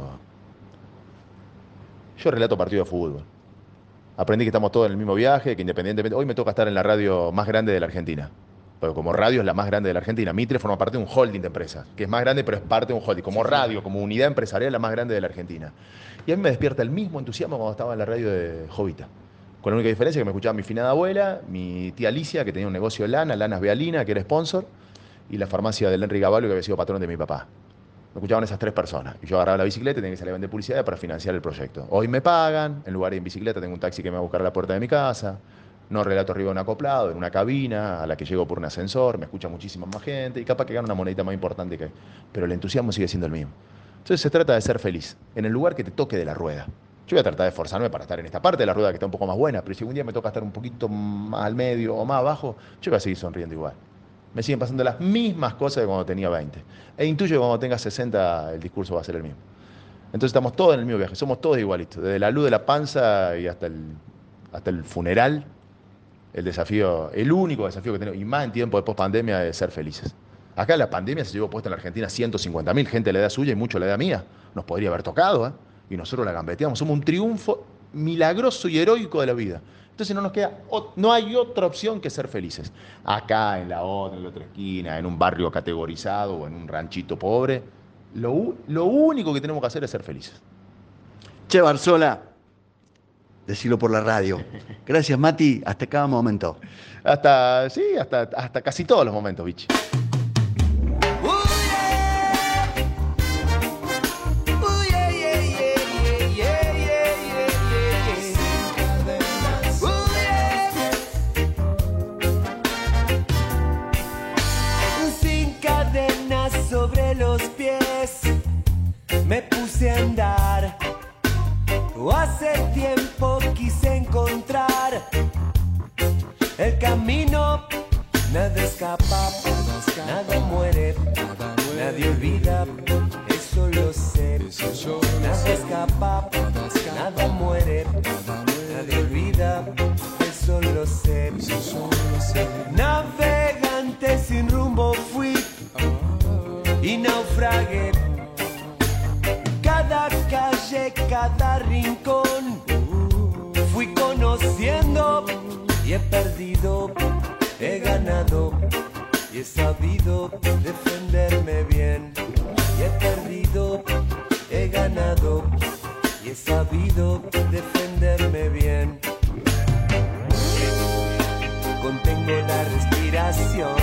Yo relato partidos de fútbol. Aprendí que estamos todos en el mismo viaje, que independientemente... Hoy me toca estar en la radio más grande de la Argentina. Porque como radio es la más grande de la Argentina. Mitre forma parte de un holding de empresas, que es más grande, pero es parte de un holding. Como radio, como unidad empresarial, la más grande de la Argentina. Y a mí me despierta el mismo entusiasmo cuando estaba en la radio de Jovita. Con la única diferencia que me escuchaba mi finada abuela, mi tía Alicia, que tenía un negocio de lana, Lanas Bealina, que era sponsor, y la farmacia del Henry Gavallo, que había sido patrón de mi papá. Me escuchaban esas tres personas. Y yo agarraba la bicicleta y tenía que salir a vender publicidad para financiar el proyecto. Hoy me pagan, en lugar de en bicicleta tengo un taxi que me va a buscar a la puerta de mi casa. No relato arriba de un acoplado, en una cabina, a la que llego por un ascensor, me escucha muchísima más gente y capaz que gano una monedita más importante que... Pero el entusiasmo sigue siendo el mismo. Entonces se trata de ser feliz, en el lugar que te toque de la rueda. Yo voy a tratar de esforzarme para estar en esta parte de la rueda que está un poco más buena, pero si algún día me toca estar un poquito más al medio o más abajo, yo voy a seguir sonriendo igual. Me siguen pasando las mismas cosas que cuando tenía veinte. E intuyo que cuando tenga sesenta el discurso va a ser el mismo. Entonces estamos todos en el mismo viaje, somos todos igualitos. Desde la luz de la panza y hasta el, hasta el funeral, el desafío, el único desafío que tenemos, y más en tiempo de post-pandemia, es ser felices. Acá la pandemia se llevó puesta en la Argentina ciento cincuenta mil, gente de la edad suya y mucho de la edad mía. Nos podría haber tocado, ¿eh? Y nosotros la gambeteamos. Somos un triunfo milagroso y heroico de la vida. Entonces no nos queda, no hay otra opción que ser felices. Acá, en la otra, en la otra esquina, en un barrio categorizado o en un ranchito pobre, lo, lo único que tenemos que hacer es ser felices. Che, Barzola, decilo por la radio. Gracias, Mati, hasta cada momento. Hasta, sí, hasta, hasta casi todos los momentos, bichi. Me puse a andar, hace tiempo quise encontrar el camino, nada escapa, nada muere, nadie olvida, eso lo sé, nada escapa, nada muere, nadie olvida, eso lo sé, navegante sin rumbo fui y naufragué. Cada calle, cada rincón, fui conociendo y he perdido, he ganado y he sabido defenderme bien. Y he perdido, he ganado y he sabido defenderme bien. Contengo la respiración,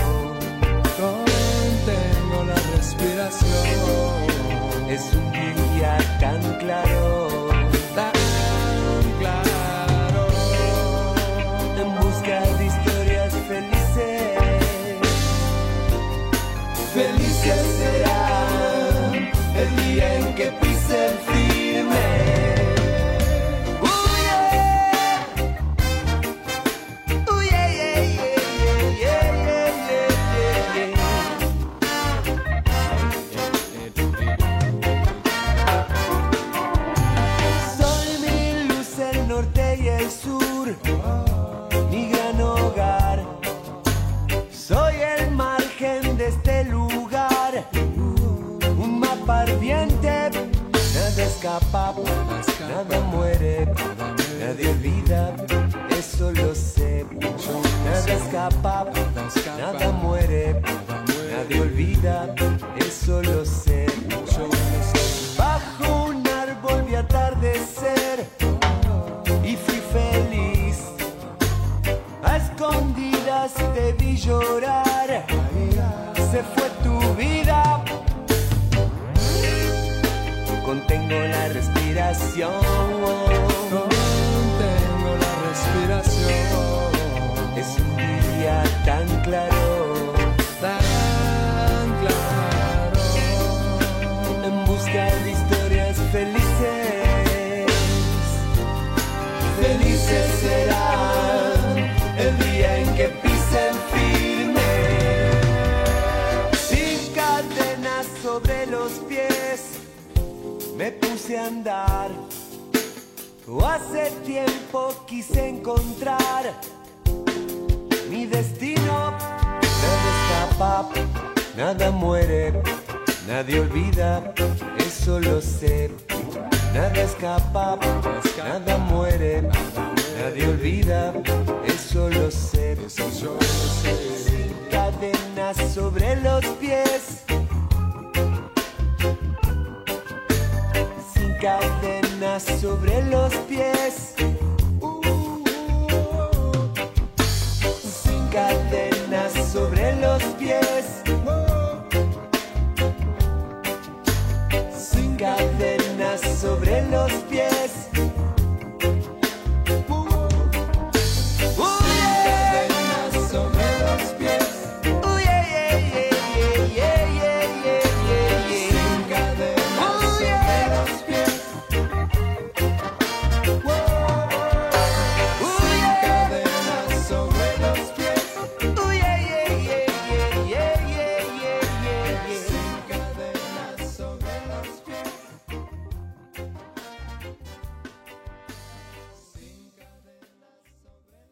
contengo la respiración. Es un día tan claro, tan claro, en busca de historias felices. Felices será el día en que pisen firme. ardiente. Nada escapa, nada muere, nadie olvida, eso lo sé. Nada escapa, nada muere, nadie olvida, eso lo sé. Bajo un árbol vi atardecer y fui feliz. A escondidas te vi llorar, se fue tu vida. Contengo la respiración, contengo la respiración. Es un día tan claro, tan claro. En busca de historias felices. Felices serán el día en que pisen firme. Sin cadenas sobre los pies me puse a andar. Hace tiempo quise encontrar mi destino. Nada escapa, nada muere, nadie olvida, eso lo sé. Nada escapa, nada muere, nadie olvida, eso lo sé. Sin cadenas sobre los pies, cadenas sobre los pies.